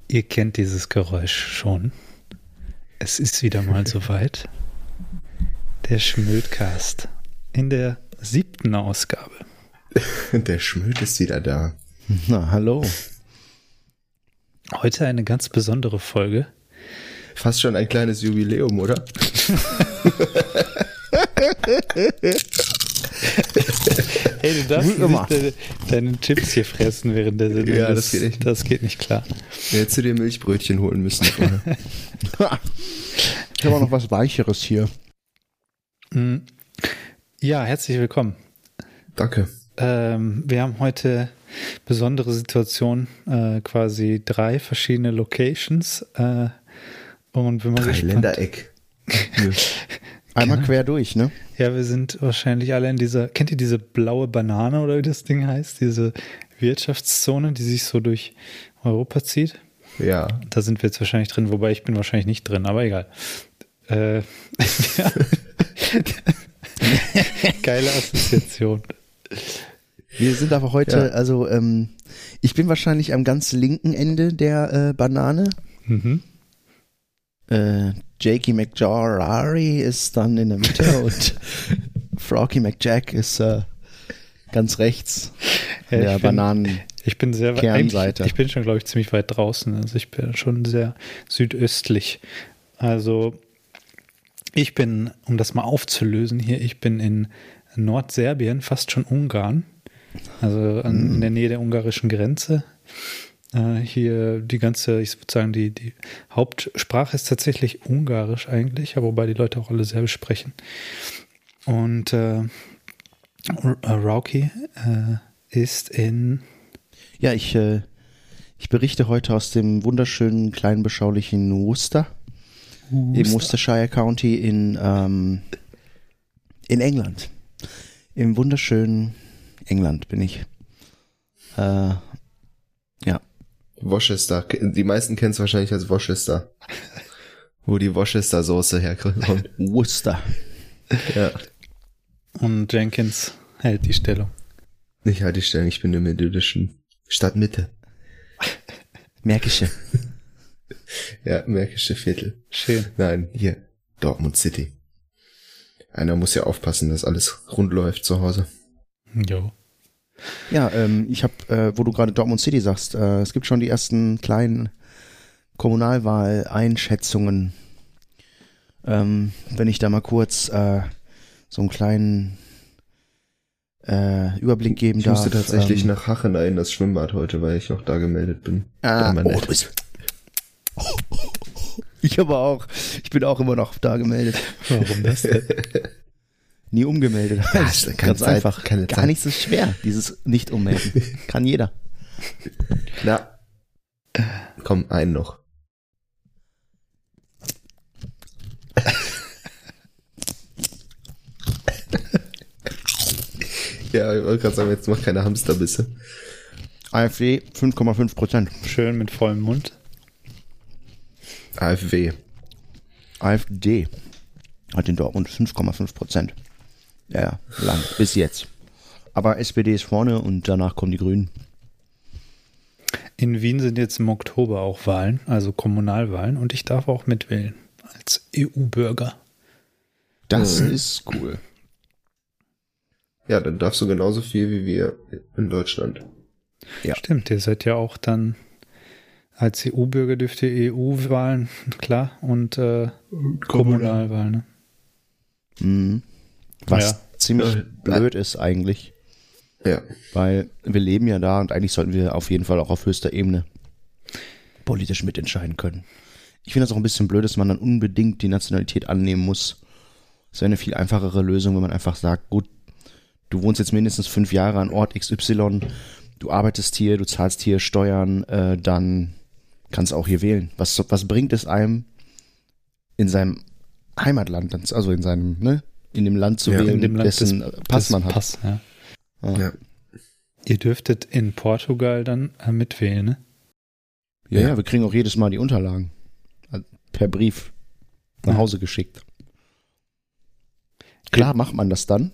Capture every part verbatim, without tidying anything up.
Ihr kennt dieses Geräusch schon. Es ist wieder mal soweit. Der Schmödcast in der siebten Ausgabe. Der Schmöd ist wieder da. Na, hallo. Heute eine ganz besondere Folge. Fast schon ein kleines Jubiläum, oder? Hey, du darfst nicht deine, deine Chips hier fressen während der Sendung. Ja, das, das geht nicht. Das geht nicht klar. Hättest du dir Milchbrötchen holen müssen vorher. Ich habe auch noch was Weicheres hier. Ja, herzlich willkommen. Danke. Ähm, wir haben heute besondere Situation, äh, quasi drei verschiedene Locations. Äh, und wenn man Drei gespannt, Ländereck. Einmal quer durch, ne? Ja, wir sind wahrscheinlich alle in dieser, kennt ihr diese blaue Banane oder wie das Ding heißt? Diese Wirtschaftszone, die sich so durch Europa zieht? Ja. Da sind wir jetzt wahrscheinlich drin, wobei ich bin wahrscheinlich nicht drin, aber egal. Äh, ja. Geile Assoziation. Wir sind aber heute, Ja. also ähm, ich bin wahrscheinlich am ganz linken Ende der äh, Banane. Mhm. Äh, Jakey McJarari ist dann in der Mitte und Froggy McJack ist äh, ganz rechts Ja, der ich bin- Bananen. Ich bin sehr weit, Kernseite. eigentlich- ich bin schon, glaube ich, ziemlich weit draußen. Also ich bin schon sehr südöstlich. Also ich bin, um das mal aufzulösen hier, ich bin in Nordserbien, fast schon Ungarn. Also an, in der Nähe der ungarischen Grenze. Äh, hier die ganze, ich würde sagen, die, die Hauptsprache ist tatsächlich Ungarisch eigentlich, aber wobei die Leute auch alle Serbisch sprechen. Und äh, R- äh, Rauki äh, ist in Ja, ich, äh, ich berichte heute aus dem wunderschönen, kleinen, beschaulichen Worcester, im Worcestershire County in, ähm, in England. Im wunderschönen England bin ich. Äh, ja. Worcester. Die meisten kennen es wahrscheinlich als Worcester. Wo die Worcester-Soße herkommt. Worcester. Ja. Und Jenkins hält die Stellung. Ich halte die Stellung, ich bin im idyllischen Stadtmitte. Märkische. Ja, Märkische Viertel. Schön. Nein, hier, Dortmund City. Einer muss ja aufpassen, dass alles rund läuft zu Hause. Jo. Ja, ähm, ich habe, äh, wo du gerade Dortmund City sagst, äh, es gibt schon die ersten kleinen Kommunalwahl-Einschätzungen. Ähm, wenn ich da mal kurz äh, so einen kleinen äh, Überblick geben Ich darf. musste tatsächlich ähm, nach Hachenei in das Schwimmbad heute, weil ich noch da gemeldet bin. Ah, Ja, mein oh, Nett. du bist. Ich aber auch. Ich bin auch immer noch da gemeldet. Warum das denn? Nie umgemeldet. Ja, Das ist ist keine ganz Zeit, einfach. keine Gar Zeit. nicht so schwer, dieses Nicht-Ummelden. Kann jeder. Na, komm, einen noch. Ja, ich wollte gerade sagen, jetzt mach keine Hamsterbisse. AfD fünf Komma fünf Prozent. Schön mit vollem Mund. AfW. AfD hat in Dortmund fünf Komma fünf Prozent. Ja, ja, lang, bis jetzt. Aber S P D ist vorne und danach kommen die Grünen. In Wien sind jetzt im Oktober auch Wahlen, also Kommunalwahlen, und ich darf auch mitwählen als E U-Bürger. Das Mhm. ist cool. Ja, dann darfst du genauso viel wie wir in Deutschland. Ja. Stimmt, ihr seid ja auch dann als E U-Bürger dürft ihr E U-Wahlen, klar, und äh, Kommunalwahlen. Ne? Mhm. Was Ja. ziemlich Ja. blöd ist eigentlich, Ja. weil wir leben ja da und eigentlich sollten wir auf jeden Fall auch auf höchster Ebene politisch mitentscheiden können. Ich finde das auch ein bisschen blöd, dass man dann unbedingt die Nationalität annehmen muss. Es wäre eine viel einfachere Lösung, wenn man einfach sagt, gut, du wohnst jetzt mindestens fünf Jahre an Ort X Y, du arbeitest hier, du zahlst hier Steuern, äh, dann kannst du auch hier wählen. Was, was bringt es einem in seinem Heimatland, also in seinem, ne, in dem Land zu Ja, wählen, In dem Land dessen des- Pass des man hat. Pass, ja. Ja. Ja. Ihr dürftet in Portugal dann äh, mitwählen, ne? Ja, Ja. ja, wir kriegen auch jedes Mal die Unterlagen also per Brief nach Ja. Hause geschickt. Klar macht man das dann,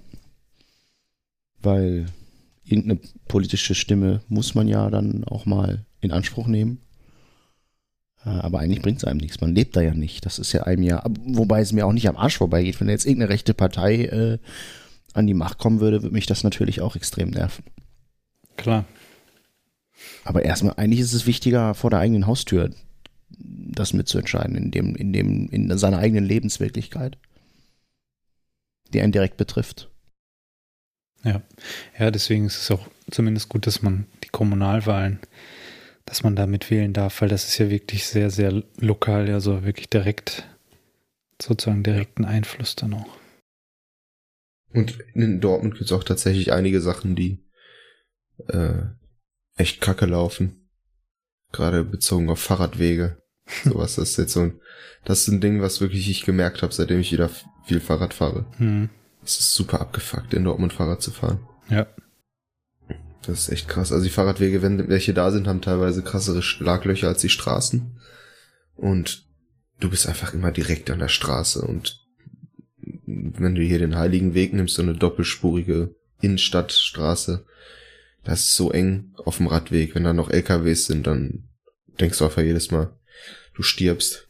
weil irgendeine politische Stimme muss man ja dann auch mal in Anspruch nehmen. Aber eigentlich bringt es einem nichts. Man lebt da ja nicht. Das ist ja einem ja, wobei es mir auch nicht am Arsch vorbeigeht. Wenn jetzt irgendeine rechte Partei äh, an die Macht kommen würde, würde mich das natürlich auch extrem nerven. Klar. Aber erstmal, eigentlich ist es wichtiger, vor der eigenen Haustür das mitzuentscheiden, in dem, in dem, in seiner eigenen Lebenswirklichkeit, die einen direkt betrifft. Ja. Ja, deswegen ist es auch zumindest gut, dass man die Kommunalwahlen, dass man da mitwählen darf, weil das ist ja wirklich sehr, sehr lokal, also wirklich direkt, sozusagen direkten Einfluss dann auch. Und in Dortmund gibt es auch tatsächlich einige Sachen, die äh, echt kacke laufen. Gerade bezogen auf Fahrradwege. Sowas, das ist jetzt so ein, das ist ein Ding, was wirklich ich gemerkt habe, seitdem ich wieder viel Fahrrad fahre. Hm. Es ist super abgefuckt, in Dortmund Fahrrad zu fahren. Ja. Das ist echt krass. Also die Fahrradwege, wenn welche da sind, haben teilweise krassere Schlaglöcher als die Straßen. Und du bist einfach immer direkt an der Straße. Und wenn du hier den Heiligen Weg nimmst, so eine doppelspurige Innenstadtstraße, das ist so eng auf dem Radweg. Wenn da noch L K Ws sind, dann denkst du einfach jedes Mal, du stirbst.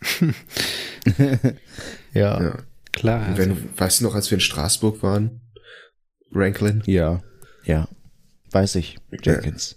ja. ja. Klar. Und wenn, also. Weißt du noch, als wir in Straßburg waren? Ranklin? Ja, ja. Weiß ich, Jenkins.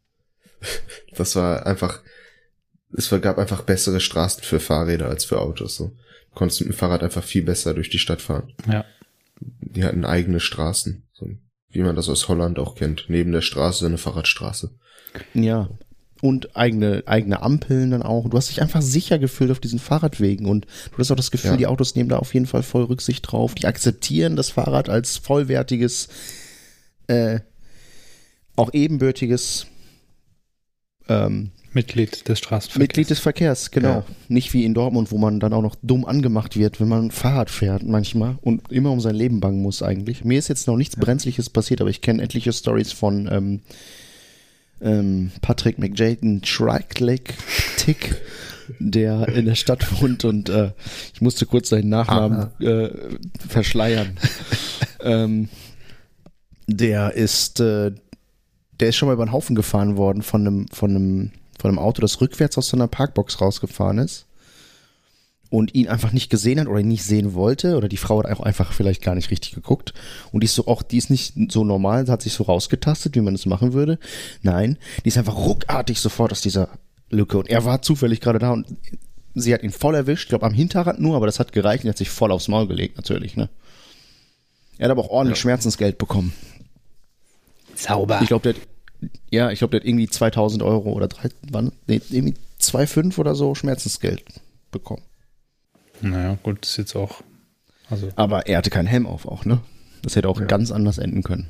Das war einfach, es gab einfach bessere Straßen für Fahrräder als für Autos. So. Du konntest mit dem Fahrrad einfach viel besser durch die Stadt fahren. Ja. Die hatten eigene Straßen, so wie man das aus Holland auch kennt. Neben der Straße eine Fahrradstraße. Ja. Und eigene, eigene Ampeln dann auch. Du hast dich einfach sicher gefühlt auf diesen Fahrradwegen und du hast auch das Gefühl, ja. Die Autos nehmen da auf jeden Fall voll Rücksicht drauf. Die akzeptieren das Fahrrad als vollwertiges, äh, auch ebenbürtiges ähm, Mitglied des Straßenverkehrs. Mitglied des Verkehrs, genau. Ja. Nicht wie in Dortmund, wo man dann auch noch dumm angemacht wird, wenn man Fahrrad fährt manchmal und immer um sein Leben bangen muss eigentlich. Mir ist jetzt noch nichts Brenzliches passiert, aber ich kenne etliche Stories von ähm, ähm, Patrick McJayton Schreiklick-Tick, der in der Stadt wohnt und äh, ich musste kurz seinen Nachnamen äh, verschleiern. ähm, der ist äh, der ist schon mal über den Haufen gefahren worden von einem von einem von einem Auto, das rückwärts aus so einer Parkbox rausgefahren ist und ihn einfach nicht gesehen hat oder ihn nicht sehen wollte oder die Frau hat auch einfach vielleicht gar nicht richtig geguckt und die ist so auch, die ist nicht so normal, hat sich so rausgetastet, wie man das machen würde. Nein, die ist einfach ruckartig sofort aus dieser Lücke und er war zufällig gerade da und sie hat ihn voll erwischt, ich glaube am Hinterrad nur, aber das hat gereicht und er hat sich voll aufs Maul gelegt natürlich, ne. Er hat aber auch ordentlich ja. Schmerzensgeld bekommen. Sauber. Ich glaube, der hat Ja, ich glaube, der hat irgendwie zweitausend Euro oder drei, wann, nee, irgendwie zwei Komma fünf oder so Schmerzensgeld bekommen. Naja, gut, ist jetzt auch. Also. Aber er hatte keinen Helm auf auch, ne? Das hätte auch ja. ganz anders enden können.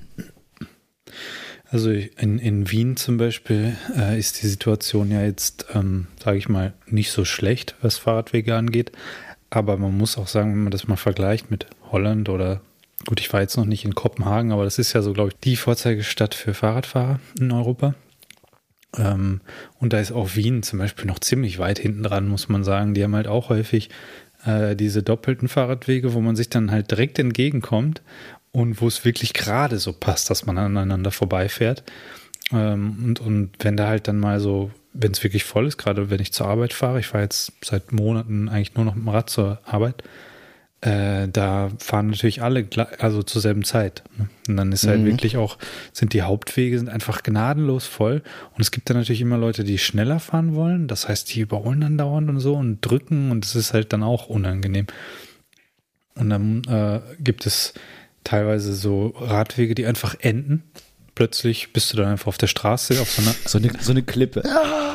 Also in, in Wien zum Beispiel äh, ist die Situation ja jetzt, ähm, sage ich mal, nicht so schlecht, was Fahrradwege angeht. Aber man muss auch sagen, wenn man das mal vergleicht mit Holland oder gut, ich war jetzt noch nicht in Kopenhagen, aber das ist ja so, glaube ich, die Vorzeigestadt für Fahrradfahrer in Europa. Ähm, und da ist auch Wien zum Beispiel noch ziemlich weit hinten dran, muss man sagen. Die haben halt auch häufig äh, diese doppelten Fahrradwege, wo man sich dann halt direkt entgegenkommt und wo es wirklich gerade so passt, dass man aneinander vorbeifährt. Ähm, und, und wenn da halt dann mal so, wenn es wirklich voll ist, gerade wenn ich zur Arbeit fahre, ich fahre jetzt seit Monaten eigentlich nur noch mit dem Rad zur Arbeit, Äh, da fahren natürlich alle also zur selben Zeit. Ne? Und dann ist halt mhm. wirklich auch, sind die Hauptwege sind einfach gnadenlos voll. Und es gibt dann natürlich immer Leute, die schneller fahren wollen. Das heißt, die überholen dann dauernd und so und drücken und das ist halt dann auch unangenehm. Und dann äh, gibt es teilweise so Radwege, die einfach enden. Plötzlich bist du dann einfach auf der Straße, auf so einer so eine, so eine Klippe.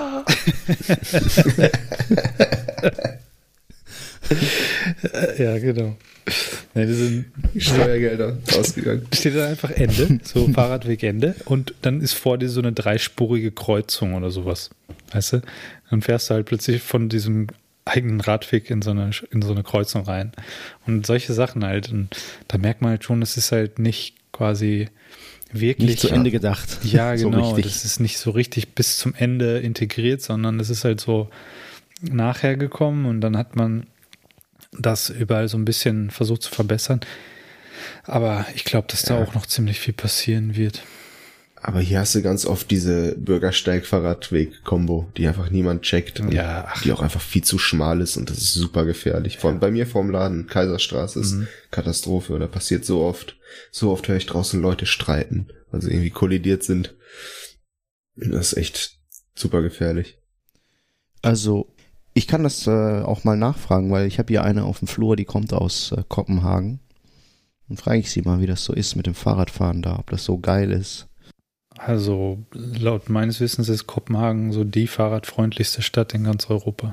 Ja, genau. Ja, die sind Steuergelder ausgegangen. Steht da einfach Ende, so Fahrradwegende und dann ist vor dir so eine dreispurige Kreuzung oder sowas. Weißt du? Dann fährst du halt plötzlich von diesem eigenen Radweg in so eine, in so eine Kreuzung rein. Und solche Sachen halt. Und da merkt man halt schon, das ist halt nicht quasi wirklich nicht zu Ende gedacht. Ja, genau. So das ist nicht so richtig bis zum Ende integriert, sondern es ist halt so nachher gekommen und dann hat man das überall so ein bisschen versucht zu verbessern. Aber ich glaube, dass da ja. auch noch ziemlich viel passieren wird. Aber hier hast du ganz oft diese Bürgersteig-Fahrradweg-Kombo, die einfach niemand checkt. Und Ja. die auch einfach viel zu schmal ist und das ist super gefährlich. Vor allem bei mir vorm Laden, Kaiserstraße ist Mhm. Katastrophe. Da passiert so oft. So oft höre ich draußen Leute streiten, also irgendwie kollidiert sind. Das ist echt super gefährlich. Also, ich kann das äh, auch mal nachfragen, weil ich habe hier eine auf dem Flur, die kommt aus äh, Kopenhagen. Dann frage ich sie mal, wie das so ist mit dem Fahrradfahren da, ob das so geil ist. Also laut meines Wissens ist Kopenhagen so die fahrradfreundlichste Stadt in ganz Europa.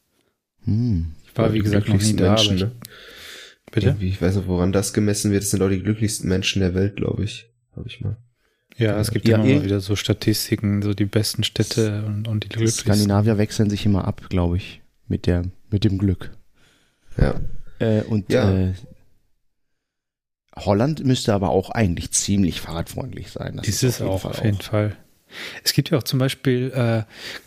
Hm. Ich war, wie Die gesagt, noch nie glücklichsten da, Menschen, aber ich, ne? bitte? Irgendwie, ich weiß nicht, woran das gemessen wird. Das sind auch die glücklichsten Menschen der Welt, glaube ich. Habe ich mal. Ja, es gibt Ja, immer eh. mal wieder so Statistiken, so die besten Städte und, und die Die glücklichsten. Skandinavier wechseln sich immer ab, glaube ich, mit der, mit dem Glück. Ja. Äh, und Ja. äh, Holland müsste aber auch eigentlich ziemlich fahrradfreundlich sein. Das Ist es auch, Fall auf jeden Fall. Es gibt ja auch zum Beispiel äh,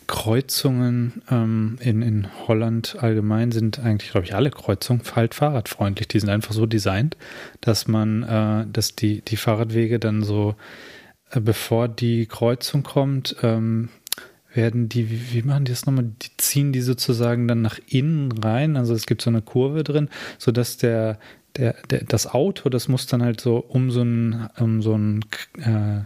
Kreuzungen ähm, in, in Holland allgemein sind eigentlich, glaube ich, alle Kreuzungen halt fahrradfreundlich. Die sind einfach so designt, dass man, äh, dass die, die Fahrradwege dann so, äh, bevor die Kreuzung kommt, ähm, werden die, wie, wie machen die das nochmal? Die ziehen die sozusagen dann nach innen rein. Also es gibt so eine Kurve drin, sodass der, der, der das Auto, das muss dann halt so um so ein, um so ein äh,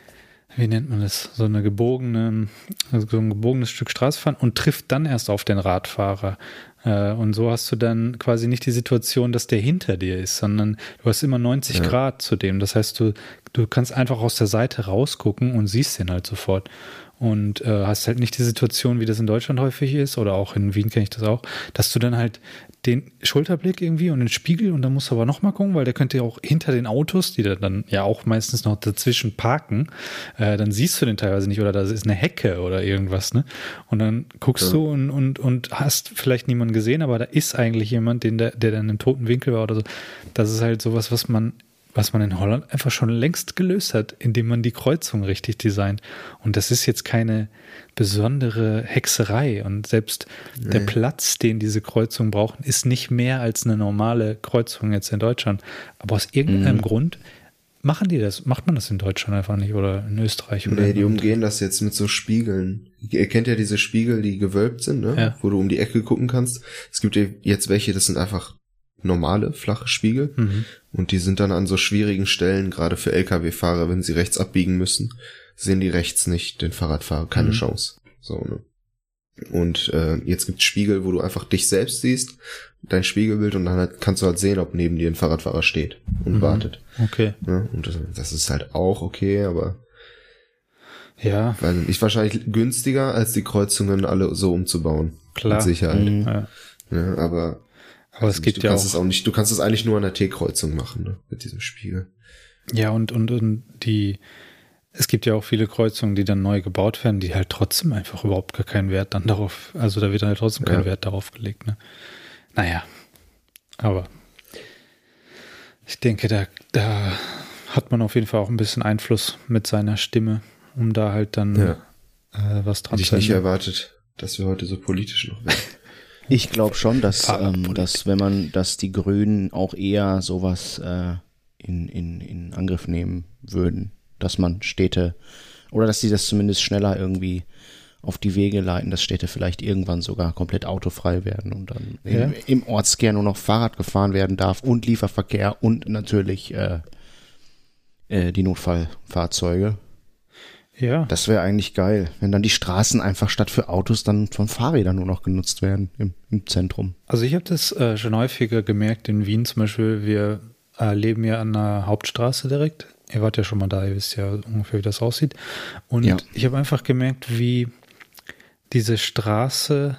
wie nennt man das, so eine gebogene, also so ein gebogenes Stück Straße fahren und trifft dann erst auf den Radfahrer. Äh, und so hast du dann quasi nicht die Situation, dass der hinter dir ist, sondern du hast immer neunzig Ja. Grad zu dem. Das heißt, du, du kannst einfach aus der Seite rausgucken und siehst den halt sofort. Und äh, hast halt nicht die Situation, wie das in Deutschland häufig ist, oder auch in Wien kenne ich das auch, dass du dann halt den Schulterblick irgendwie und den Spiegel und dann musst du aber nochmal gucken, weil der könnte ja auch hinter den Autos, die da dann ja auch meistens noch dazwischen parken, äh, dann siehst du den teilweise nicht oder da ist eine Hecke oder irgendwas, ne? Und dann guckst Ja. du und, und, und hast vielleicht niemanden gesehen, aber da ist eigentlich jemand, den der, der dann im toten Winkel war oder so. Das ist halt sowas, was man was man in Holland einfach schon längst gelöst hat, indem man die Kreuzung richtig designt. Und das ist jetzt keine besondere Hexerei. Und selbst nee. der Platz, den diese Kreuzungen brauchen, ist nicht mehr als eine normale Kreuzung jetzt in Deutschland. Aber aus irgendeinem mhm. Grund machen die das, macht man das in Deutschland einfach nicht oder in Österreich oder Nee, die umgehen das jetzt mit so Spiegeln. Ihr kennt ja diese Spiegel, die gewölbt sind, ne? Ja. Wo du um die Ecke gucken kannst. Es gibt ja jetzt welche, das sind einfach normale, flache Spiegel. Mhm. Und die sind dann an so schwierigen Stellen, gerade für L K W-Fahrer, wenn sie rechts abbiegen müssen, sehen die rechts nicht den Fahrradfahrer. Keine mhm. Chance. So, ne? Und äh, jetzt gibt's Spiegel, wo du einfach dich selbst siehst, dein Spiegelbild, und dann halt kannst du halt sehen, ob neben dir ein Fahrradfahrer steht und mhm. wartet. Okay. Ja, und das, das ist halt auch okay, aber ja, weil ist wahrscheinlich günstiger, als die Kreuzungen alle so umzubauen. Klar. Mit Sicherheit. Mhm. Ja. Ja, aber aber es gibt du ja kannst auch, es auch nicht, du kannst es eigentlich nur an der T-Kreuzung machen, ne, mit diesem Spiegel. Ja, und, und, und die, es gibt ja auch viele Kreuzungen, die dann neu gebaut werden, die halt trotzdem einfach überhaupt gar keinen Wert dann darauf, also da wird halt trotzdem kein ja. Wert darauf gelegt, ne. Naja, aber ich denke, da, da hat man auf jeden Fall auch ein bisschen Einfluss mit seiner Stimme, um da halt dann ja. äh, was dran Hätte zu ich nicht ändern. erwartet, dass wir heute so politisch noch werden. Ich glaube schon, dass, ähm, dass wenn man, dass die Grünen auch eher sowas äh, in, in, in Angriff nehmen würden, dass man Städte, oder dass sie das zumindest schneller irgendwie auf die Wege leiten, dass Städte vielleicht irgendwann sogar komplett autofrei werden und dann ja. im, im Ortskern nur noch Fahrrad gefahren werden darf und Lieferverkehr und natürlich äh, äh, die Notfallfahrzeuge. Ja. Das wäre eigentlich geil, wenn dann die Straßen einfach statt für Autos dann von Fahrrädern nur noch genutzt werden im, im Zentrum. Also ich habe das äh, schon häufiger gemerkt in Wien zum Beispiel. Wir äh, leben ja an der Hauptstraße direkt. Ihr wart ja schon mal da, ihr wisst ja ungefähr, wie das aussieht. Und ja. ich habe einfach gemerkt, wie diese Straße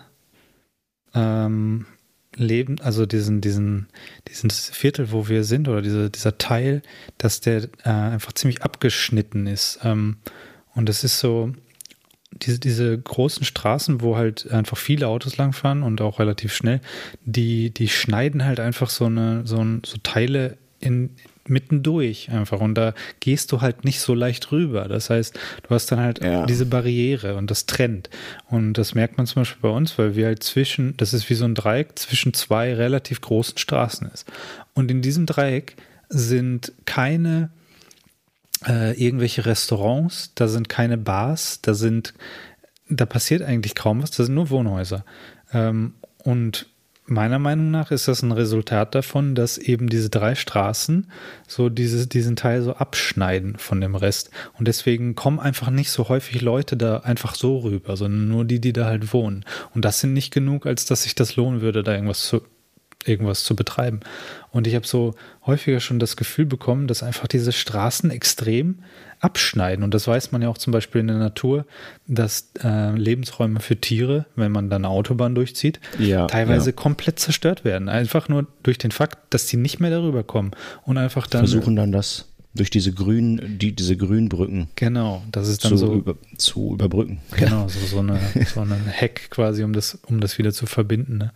ähm, leben, also diesen, diesen, diesen Viertel, wo wir sind, oder diese, dieser Teil, dass der äh, einfach ziemlich abgeschnitten ist. Ähm, Und das ist so, diese, diese großen Straßen, wo halt einfach viele Autos langfahren und auch relativ schnell, die, die schneiden halt einfach so eine, so, ein, so Teile in, mittendurch einfach. Und da gehst du halt nicht so leicht rüber. Das heißt, du hast dann halt ja. diese Barriere und das trennt. Und das merkt man zum Beispiel bei uns, weil wir halt zwischen, das ist wie so ein Dreieck zwischen zwei relativ großen Straßen ist. Und in diesem Dreieck sind keine äh, irgendwelche Restaurants, da sind keine Bars, da sind, da passiert eigentlich kaum was, da sind nur Wohnhäuser. Ähm, und meiner Meinung nach ist das ein Resultat davon, dass eben diese drei Straßen so diese, diesen Teil so abschneiden von dem Rest. Und deswegen kommen einfach nicht so häufig Leute da einfach so rüber, sondern nur die, die da halt wohnen. Und das sind nicht genug, als dass sich das lohnen würde, da irgendwas zu, irgendwas zu betreiben. Und ich habe so häufiger schon das Gefühl bekommen, dass einfach diese Straßen extrem abschneiden. Und das weiß man ja auch zum Beispiel in der Natur, dass äh, Lebensräume für Tiere, wenn man dann eine Autobahn durchzieht, Ja, teilweise ja. komplett zerstört werden. Einfach nur durch den Fakt, dass die nicht mehr darüber kommen und einfach dann Versuchen dann das durch diese grünen, die, diese grünen Brücken genau, das ist dann zu, so über, zu überbrücken. genau so so eine so ein Hack quasi, um das um das wieder zu verbinden. Ne?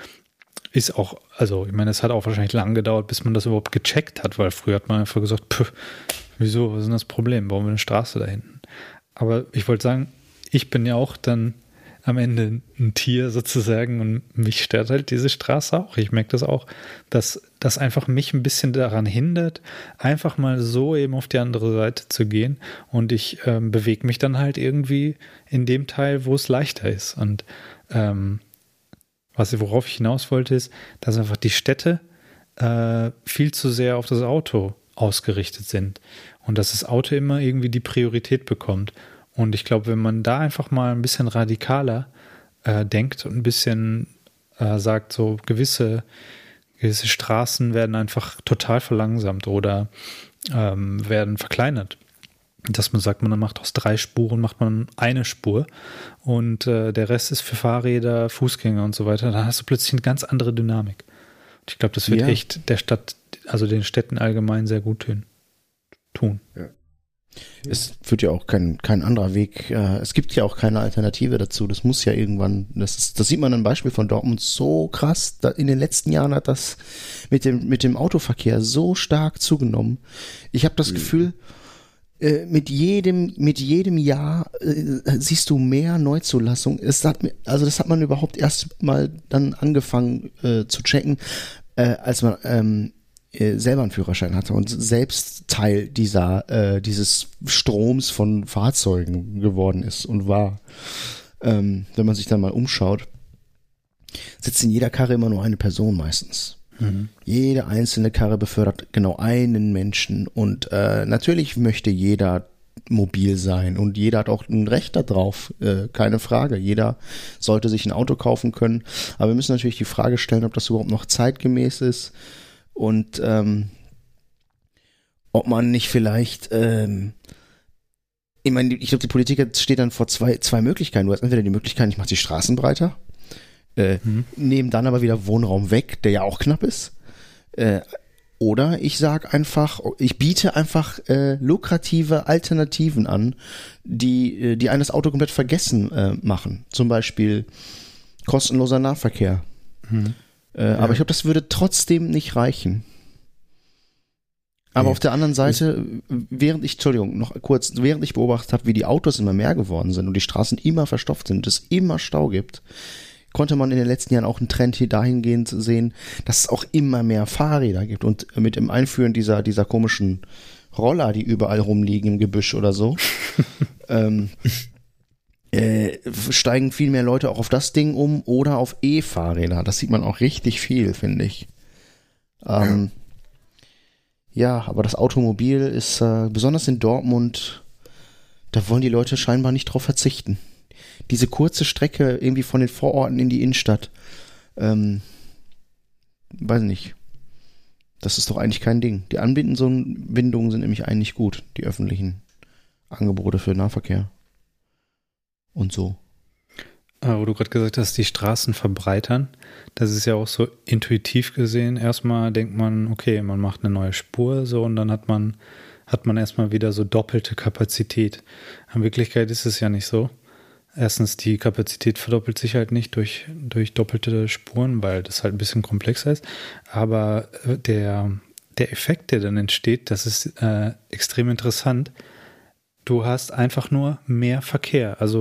Ist auch, also ich meine, es hat auch wahrscheinlich lang gedauert, bis man das überhaupt gecheckt hat, weil früher hat man einfach gesagt, pff, wieso, was ist denn das Problem? Bauen wir eine Straße da hinten? Aber ich wollte sagen, ich bin ja auch dann am Ende ein Tier sozusagen und mich stört halt diese Straße auch. Ich merke das auch, dass das einfach mich ein bisschen daran hindert, einfach mal so eben auf die andere Seite zu gehen und ich ähm, bewege mich dann halt irgendwie in dem Teil, wo es leichter ist. Und ähm, was, worauf ich hinaus wollte, ist, dass einfach die Städte äh, viel zu sehr auf das Auto ausgerichtet sind und dass das Auto immer irgendwie die Priorität bekommt. Und ich glaube, wenn man da einfach mal ein bisschen radikaler äh, denkt und ein bisschen äh, sagt, so gewisse, gewisse Straßen werden einfach total verlangsamt oder ähm, werden verkleinert. Dass man sagt, man macht aus drei Spuren, macht man eine Spur und äh, der Rest ist für Fahrräder, Fußgänger und so weiter. Dann hast du plötzlich eine ganz andere Dynamik. Und ich glaube, das wird Ja. echt der Stadt, also den Städten allgemein sehr gut tun. tun. Ja. Es führt ja auch kein, kein anderer Weg. Äh, es gibt ja auch keine Alternative dazu. Das muss ja irgendwann, das ist, das sieht man an einem Beispiel von Dortmund so krass. Da in den letzten Jahren hat das mit dem, mit dem Autoverkehr so stark zugenommen. Ich habe das Mhm. Gefühl, äh, mit jedem, mit jedem Jahr äh, siehst du mehr Neuzulassung. Es hat, mir- also das hat man überhaupt erst mal dann angefangen äh, zu checken, äh, als man ähm, äh, selber einen Führerschein hatte und selbst Teil dieser äh, dieses Stroms von Fahrzeugen geworden ist und war. Ähm, wenn man sich dann mal umschaut, sitzt in jeder Karre immer nur eine Person meistens. Mhm. Jede einzelne Karre befördert genau einen Menschen und äh, natürlich möchte jeder mobil sein und jeder hat auch ein Recht darauf, äh, keine Frage. Jeder sollte sich ein Auto kaufen können, aber wir müssen natürlich die Frage stellen, ob das überhaupt noch zeitgemäß ist und ähm, ob man nicht vielleicht, ähm, ich meine, ich glaube, die Politik steht dann vor zwei, zwei Möglichkeiten. Du hast entweder die Möglichkeit, ich mache die Straßen breiter, äh, Mhm. nehmen dann aber wieder Wohnraum weg, der ja auch knapp ist. Äh, oder ich sage einfach, ich biete einfach äh, lukrative Alternativen an, die, äh, die eines Auto komplett vergessen äh, machen. Zum Beispiel kostenloser Nahverkehr. Mhm. Äh, aber ich glaube, das würde trotzdem nicht reichen. Aber Nee. auf der anderen Seite, während ich, Entschuldigung, noch kurz, während ich beobachtet habe, wie die Autos immer mehr geworden sind und die Straßen immer verstopft sind und es immer Stau gibt, konnte man in den letzten Jahren auch einen Trend hier dahingehend sehen, dass es auch immer mehr Fahrräder gibt. Und mit dem Einführen dieser, dieser komischen Roller, die überall rumliegen im Gebüsch oder so, ähm, äh, steigen viel mehr Leute auch auf das Ding um oder auf E-Fahrräder. Das sieht man auch richtig viel, finde ich. Ähm, ja. ja, aber das Automobil ist, äh, besonders in Dortmund, da wollen die Leute scheinbar nicht drauf verzichten. Diese kurze Strecke irgendwie von den Vororten in die Innenstadt, ähm, weiß nicht. Das ist doch eigentlich kein Ding. Die Anbindungen sind nämlich eigentlich gut, die öffentlichen Angebote für Nahverkehr. Und so. Ah, wo du gerade gesagt hast, die Straßen verbreitern, das ist ja auch so intuitiv gesehen. Erstmal denkt man, okay, man macht eine neue Spur so und dann hat man, hat man erstmal wieder so doppelte Kapazität. In Wirklichkeit ist es ja nicht so. Erstens, die Kapazität verdoppelt sich halt nicht durch, durch doppelte Spuren, weil das halt ein bisschen komplexer ist. Aber der, der Effekt, der dann entsteht, das ist äh, extrem interessant. Du hast einfach nur mehr Verkehr. Also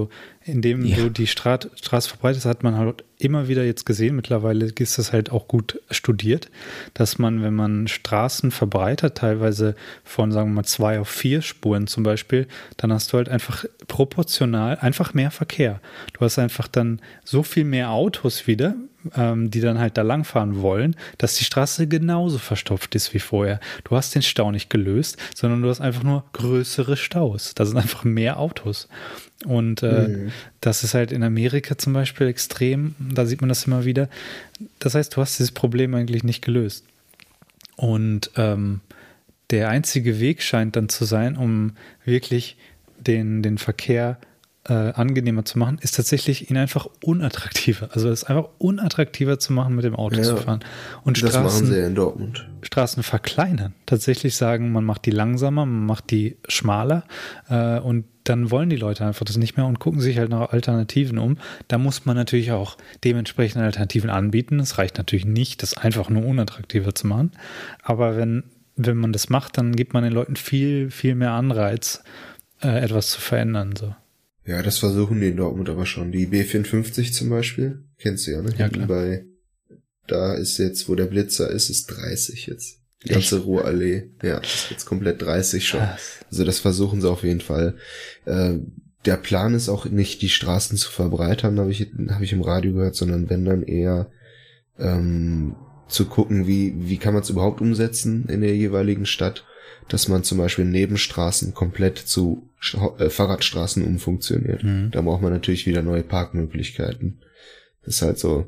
indem Ja. du die Stra- Straße verbreitest, hat man halt immer wieder jetzt gesehen, mittlerweile ist das halt auch gut studiert, dass man, wenn man Straßen verbreitert, teilweise von, sagen wir mal, zwei auf vier Spuren zum Beispiel, dann hast du halt einfach proportional einfach mehr Verkehr. Du hast einfach dann so viel mehr Autos wieder, ähm, die dann halt da langfahren wollen, dass die Straße genauso verstopft ist wie vorher. Du hast den Stau nicht gelöst, sondern du hast einfach nur größere Staus. Da sind einfach mehr Autos. Und äh, mhm. das ist halt in Amerika zum Beispiel extrem, da sieht man das immer wieder. Das heißt, du hast dieses Problem eigentlich nicht gelöst. Und ähm, der einzige Weg scheint dann zu sein, um wirklich den, den Verkehr äh, angenehmer zu machen, ist tatsächlich ihn einfach unattraktiver. Also es ist einfach unattraktiver zu machen, mit dem Auto ja, zu fahren. Und das Straßen, machen sie ja in Dortmund. Straßen verkleinern. Tatsächlich sagen, man macht die langsamer, man macht die schmaler äh, und dann wollen die Leute einfach das nicht mehr und gucken sich halt nach Alternativen um. Da muss man natürlich auch dementsprechend Alternativen anbieten. Es reicht natürlich nicht, das einfach nur unattraktiver zu machen. Aber wenn, wenn man das macht, dann gibt man den Leuten viel, viel mehr Anreiz, äh, etwas zu verändern. So. Ja, das versuchen die in Dortmund aber schon. Die B vierundfünfzig zum Beispiel, kennst du ja, ne? Ja, klar. Bei, da ist jetzt, wo der Blitzer ist, ist dreißig jetzt. Die ganze Ruhrallee, ja, das ist jetzt komplett dreißig schon. Also das versuchen sie auf jeden Fall. Äh, der Plan ist auch nicht, die Straßen zu verbreitern, habe ich, hab ich im Radio gehört, sondern wenn dann eher ähm, zu gucken, wie, wie kann man es überhaupt umsetzen in der jeweiligen Stadt, dass man zum Beispiel Nebenstraßen komplett zu äh, Fahrradstraßen umfunktioniert. Mhm. Da braucht man natürlich wieder neue Parkmöglichkeiten. Das ist halt so,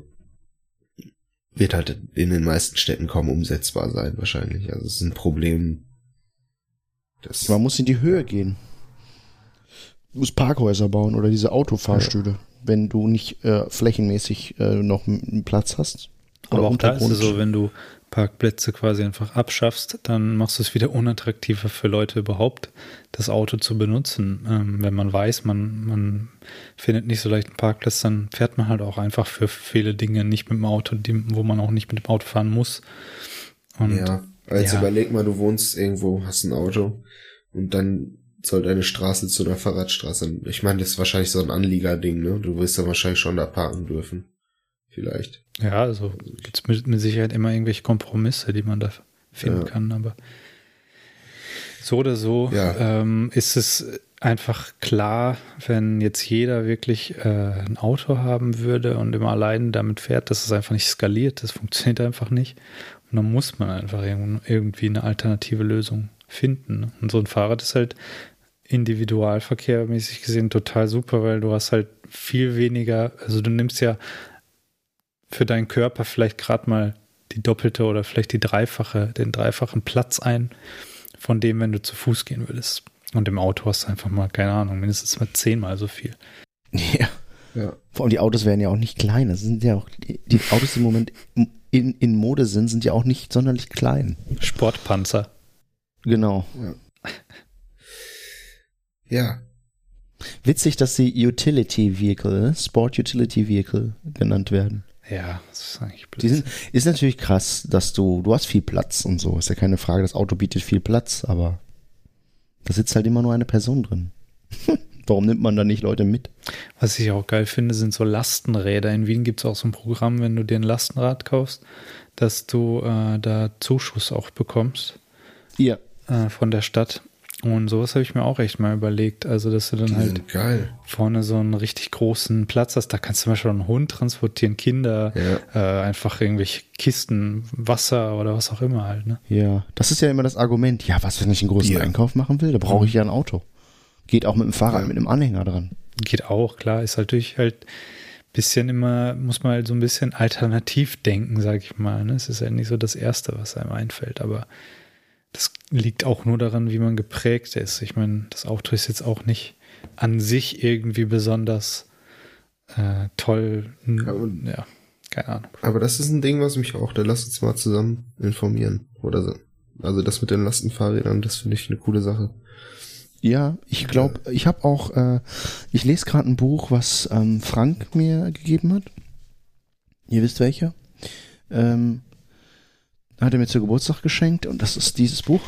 wird halt in den meisten Städten kaum umsetzbar sein, wahrscheinlich. Also es ist ein Problem. Das Man muss in die Höhe gehen. Du musst Parkhäuser bauen oder diese Autofahrstühle, ja. wenn du nicht äh, flächenmäßig äh, noch einen Platz hast. Aber auch da ist es so, wenn du Parkplätze quasi einfach abschaffst, dann machst du es wieder unattraktiver für Leute überhaupt, das Auto zu benutzen. Ähm, wenn man weiß, man, man findet nicht so leicht einen Parkplatz, dann fährt man halt auch einfach für viele Dinge nicht mit dem Auto, die, wo man auch nicht mit dem Auto fahren muss. Und, ja, also ja. überleg mal, du wohnst irgendwo, hast ein Auto und dann soll deine Straße zu einer Fahrradstraße. Ich meine, das ist wahrscheinlich so ein Anliegerding, ne? Du wirst dann wahrscheinlich schon da parken dürfen. Vielleicht. Ja, also gibt es mit, mit Sicherheit immer irgendwelche Kompromisse, die man da finden ja. kann, aber so oder so ja. ähm, ist es einfach klar, wenn jetzt jeder wirklich äh, ein Auto haben würde und immer allein damit fährt, dass es einfach nicht skaliert, das funktioniert einfach nicht. Und dann muss man einfach irgendwie eine alternative Lösung finden. Und so ein Fahrrad ist halt individualverkehrmäßig gesehen total super, weil du hast halt viel weniger, also du nimmst ja für deinen Körper vielleicht gerade mal die doppelte oder vielleicht die dreifache, den dreifachen Platz ein, von dem, wenn du zu Fuß gehen würdest. Und im Auto hast du einfach mal, keine Ahnung, mindestens mal zehnmal so viel. Ja. ja. Vor allem die Autos werden ja auch nicht klein. Das sind ja auch, die, die Autos, die im Moment in, in Mode sind, sind ja auch nicht sonderlich klein. Sportpanzer. Genau. Ja. ja. Witzig, dass sie Utility Vehicle, Sport Utility Vehicle genannt werden. Ja, das ist eigentlich blöd. Die sind, ist natürlich krass, dass du, du hast viel Platz und so. Ist ja keine Frage, das Auto bietet viel Platz, aber da sitzt halt immer nur eine Person drin. Warum nimmt man da nicht Leute mit? Was ich auch geil finde, sind so Lastenräder. In Wien gibt es auch so ein Programm, wenn du dir ein Lastenrad kaufst, dass du äh, da Zuschuss auch bekommst. Ja. Äh, von der Stadt. Und sowas habe ich mir auch echt mal überlegt. Also, dass du dann Die halt sind geil. vorne so einen richtig großen Platz hast. Da kannst du zum Beispiel einen Hund transportieren, Kinder, ja. äh, einfach irgendwelche Kisten, Wasser oder was auch immer halt. Ne? Ja, das ist ja immer das Argument. Ja, was, wenn ich einen großen Bier. Einkauf machen will, da brauche ich ja ein Auto. Geht auch mit dem Fahrrad, ja. mit einem Anhänger dran. Geht auch, klar. Ist natürlich halt ein bisschen immer, muss man halt so ein bisschen alternativ denken, sag ich mal. Ne? Es ist ja nicht so das Erste, was einem einfällt, aber das liegt auch nur daran, wie man geprägt ist. Ich meine, das Auto ist jetzt auch nicht an sich irgendwie besonders äh, toll. Man, ja, keine Ahnung. Aber das ist ein Ding, was mich auch, da lass uns mal zusammen informieren. Oder so. Also das mit den Lastenfahrrädern, das finde ich eine coole Sache. Ja, ich glaube, ja. ich habe auch, äh, ich lese gerade ein Buch, was ähm, Frank mir gegeben hat. Ihr wisst welcher. Ähm, hat er mir zu Geburtstag geschenkt und das ist dieses Buch.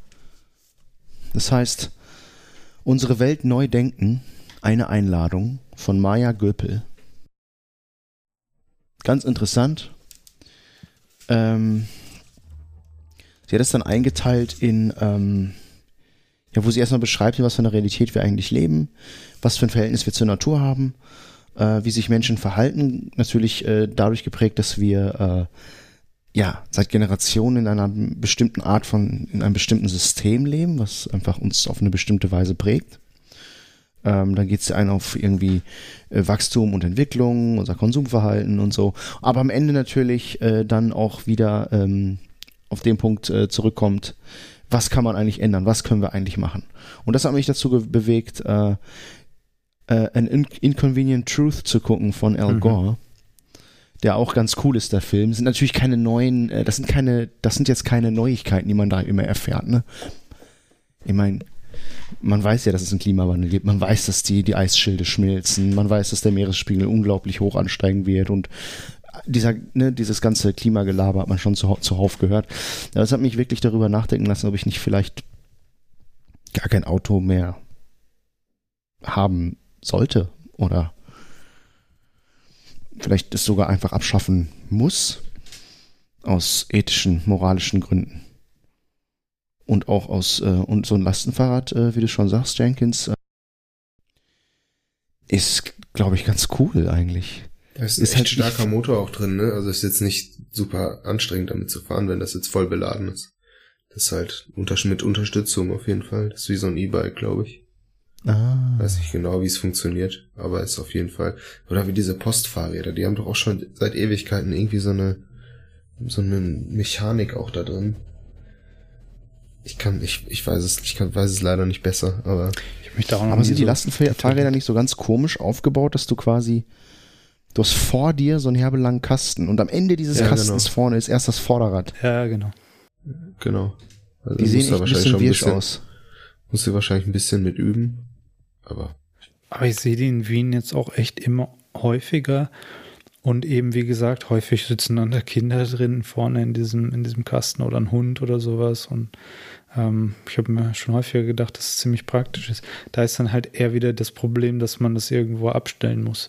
Das heißt, Unsere Welt neu denken, eine Einladung von Maya Göpel. Ganz interessant. Ähm, sie hat es dann eingeteilt in, ähm, ja, wo sie erstmal beschreibt, in was für eine Realität wir eigentlich leben, was für ein Verhältnis wir zur Natur haben, äh, wie sich Menschen verhalten. Natürlich äh, dadurch geprägt, dass wir äh, ja seit Generationen in einer bestimmten Art von, in einem bestimmten System leben, was einfach uns auf eine bestimmte Weise prägt. Ähm, dann geht es ein auf irgendwie äh, Wachstum und Entwicklung, unser Konsumverhalten und so. Aber am Ende natürlich äh, dann auch wieder ähm, auf den Punkt äh, zurückkommt, was kann man eigentlich ändern, was können wir eigentlich machen. Und das hat mich dazu ge- bewegt, äh, äh, An In- Inconvenient Truth zu gucken von Al Gore, mhm. der auch ganz cool ist, der Film. Das sind natürlich keine neuen, äh, das sind keine, das sind jetzt keine Neuigkeiten, die man da immer erfährt, ne? Ich meine, man weiß ja, dass es einen Klimawandel gibt. Man weiß, dass die, die Eisschilde schmilzen. Man weiß, dass der Meeresspiegel unglaublich hoch ansteigen wird. Und dieser, ne, dieses ganze Klimagelaber hat man schon zu, zuhauf gehört. Das hat mich wirklich darüber nachdenken lassen, ob ich nicht vielleicht gar kein Auto mehr haben sollte. Oder vielleicht es sogar einfach abschaffen muss. Aus ethischen, moralischen Gründen. Und auch aus, äh, und so ein Lastenfahrrad, äh, wie du schon sagst, Jenkins, äh, ist, glaube ich, ganz cool eigentlich. Da ist ein ist echt halt starker Motor auch drin, ne? Also ist jetzt nicht super anstrengend damit zu fahren, wenn das jetzt voll beladen ist. Das ist halt unter- mit Unterstützung auf jeden Fall. Das ist wie so ein E-Bike, glaube ich. Ah. Weiß nicht genau, wie es funktioniert, aber ist auf jeden Fall. Oder wie diese Postfahrräder, die haben doch auch schon seit Ewigkeiten irgendwie so eine, so eine Mechanik auch da drin. Ich kann, ich, ich weiß es, ich kann, weiß es leider nicht besser, aber. Ich möchte auch noch aber sind die so Lastenfahrräder nicht so ganz komisch aufgebaut, dass du quasi, du hast vor dir so einen herbelangen Kasten und am Ende dieses ja, Kastens genau. vorne ist erst das Vorderrad. Ja, genau. Genau. Also die sehen echt ein bisschen wirsch aus. Musst du wahrscheinlich ein bisschen mit üben, aber. Aber ich sehe die in Wien jetzt auch echt immer häufiger. Und eben, wie gesagt, häufig sitzen dann da Kinder drin vorne in diesem, in diesem Kasten oder ein Hund oder sowas. Und ähm, ich habe mir schon häufiger gedacht, dass es ziemlich praktisch ist. Da ist dann halt eher wieder das Problem, dass man das irgendwo abstellen muss.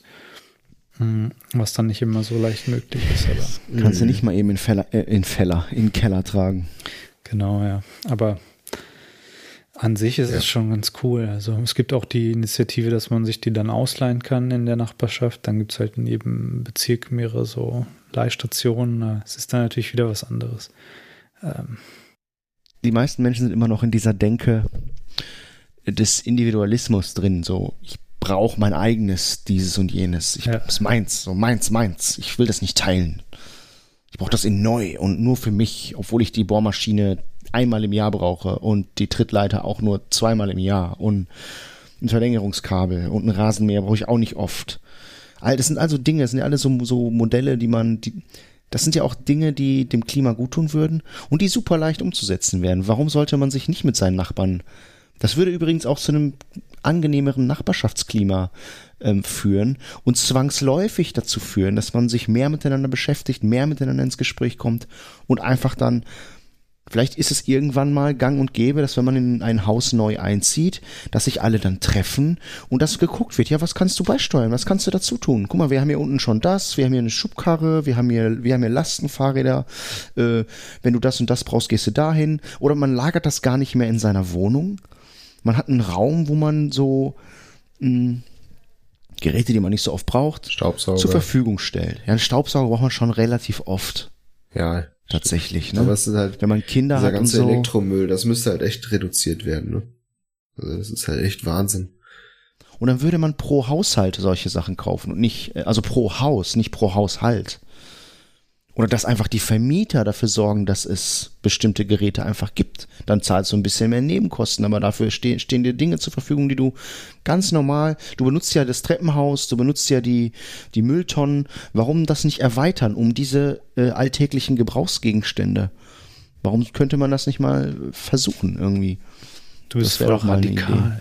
Was dann nicht immer so leicht möglich ist. Aber kannst du nicht mal eben in Feller, äh, in Feller, in den Keller tragen. Genau, ja. Aber an sich ist ja. es schon ganz cool. Also es gibt auch die Initiative, dass man sich die dann ausleihen kann in der Nachbarschaft. Dann gibt es halt in jedem Bezirk mehrere so Leihstationen. Es ist dann natürlich wieder was anderes. Ähm. Die meisten Menschen sind immer noch in dieser Denke des Individualismus drin. So, ich brauche mein eigenes, dieses und jenes. Ich, ja. Das ist meins, so meins, meins. Ich will das nicht teilen. Ich brauche das in neu und nur für mich, obwohl ich die Bohrmaschine einmal im Jahr brauche und die Trittleiter auch nur zweimal im Jahr und ein Verlängerungskabel und ein Rasenmäher brauche ich auch nicht oft. Das sind also Dinge, das sind ja alle so, so Modelle, die man, die, das sind ja auch Dinge, die dem Klima guttun würden und die super leicht umzusetzen wären. Warum sollte man sich nicht mit seinen Nachbarn, das würde übrigens auch zu einem angenehmeren Nachbarschaftsklima ähm, führen und zwangsläufig dazu führen, dass man sich mehr miteinander beschäftigt, mehr miteinander ins Gespräch kommt und einfach dann, vielleicht ist es irgendwann mal gang und gäbe, dass wenn man in ein Haus neu einzieht, dass sich alle dann treffen und dass geguckt wird, ja, was kannst du beisteuern, was kannst du dazu tun? Guck mal, wir haben hier unten schon das, wir haben hier eine Schubkarre, wir haben hier, wir haben hier Lastenfahrräder, äh, wenn du das und das brauchst, gehst du dahin. Oder man lagert das gar nicht mehr in seiner Wohnung. Man hat einen Raum, wo man so mh, Geräte, die man nicht so oft braucht, Staubsauger zur Verfügung stellt. Ja, einen Staubsauger braucht man schon relativ oft. Ja, tatsächlich, ne? Aber es ist halt, wenn man Kinder dieser hat ganze und so, Elektromüll, das müsste halt echt reduziert werden, ne? Also das ist halt echt Wahnsinn. Und dann würde man pro Haushalt solche Sachen kaufen und nicht, also pro Haus, nicht pro Haushalt. Oder dass einfach die Vermieter dafür sorgen, dass es bestimmte Geräte einfach gibt. Dann zahlst du ein bisschen mehr Nebenkosten, aber dafür stehen, stehen dir Dinge zur Verfügung, die du ganz normal, du benutzt ja das Treppenhaus, du benutzt ja die, die Mülltonnen. Warum das nicht erweitern um diese äh, alltäglichen Gebrauchsgegenstände? Warum könnte man das nicht mal versuchen irgendwie? Du bist voll radikal.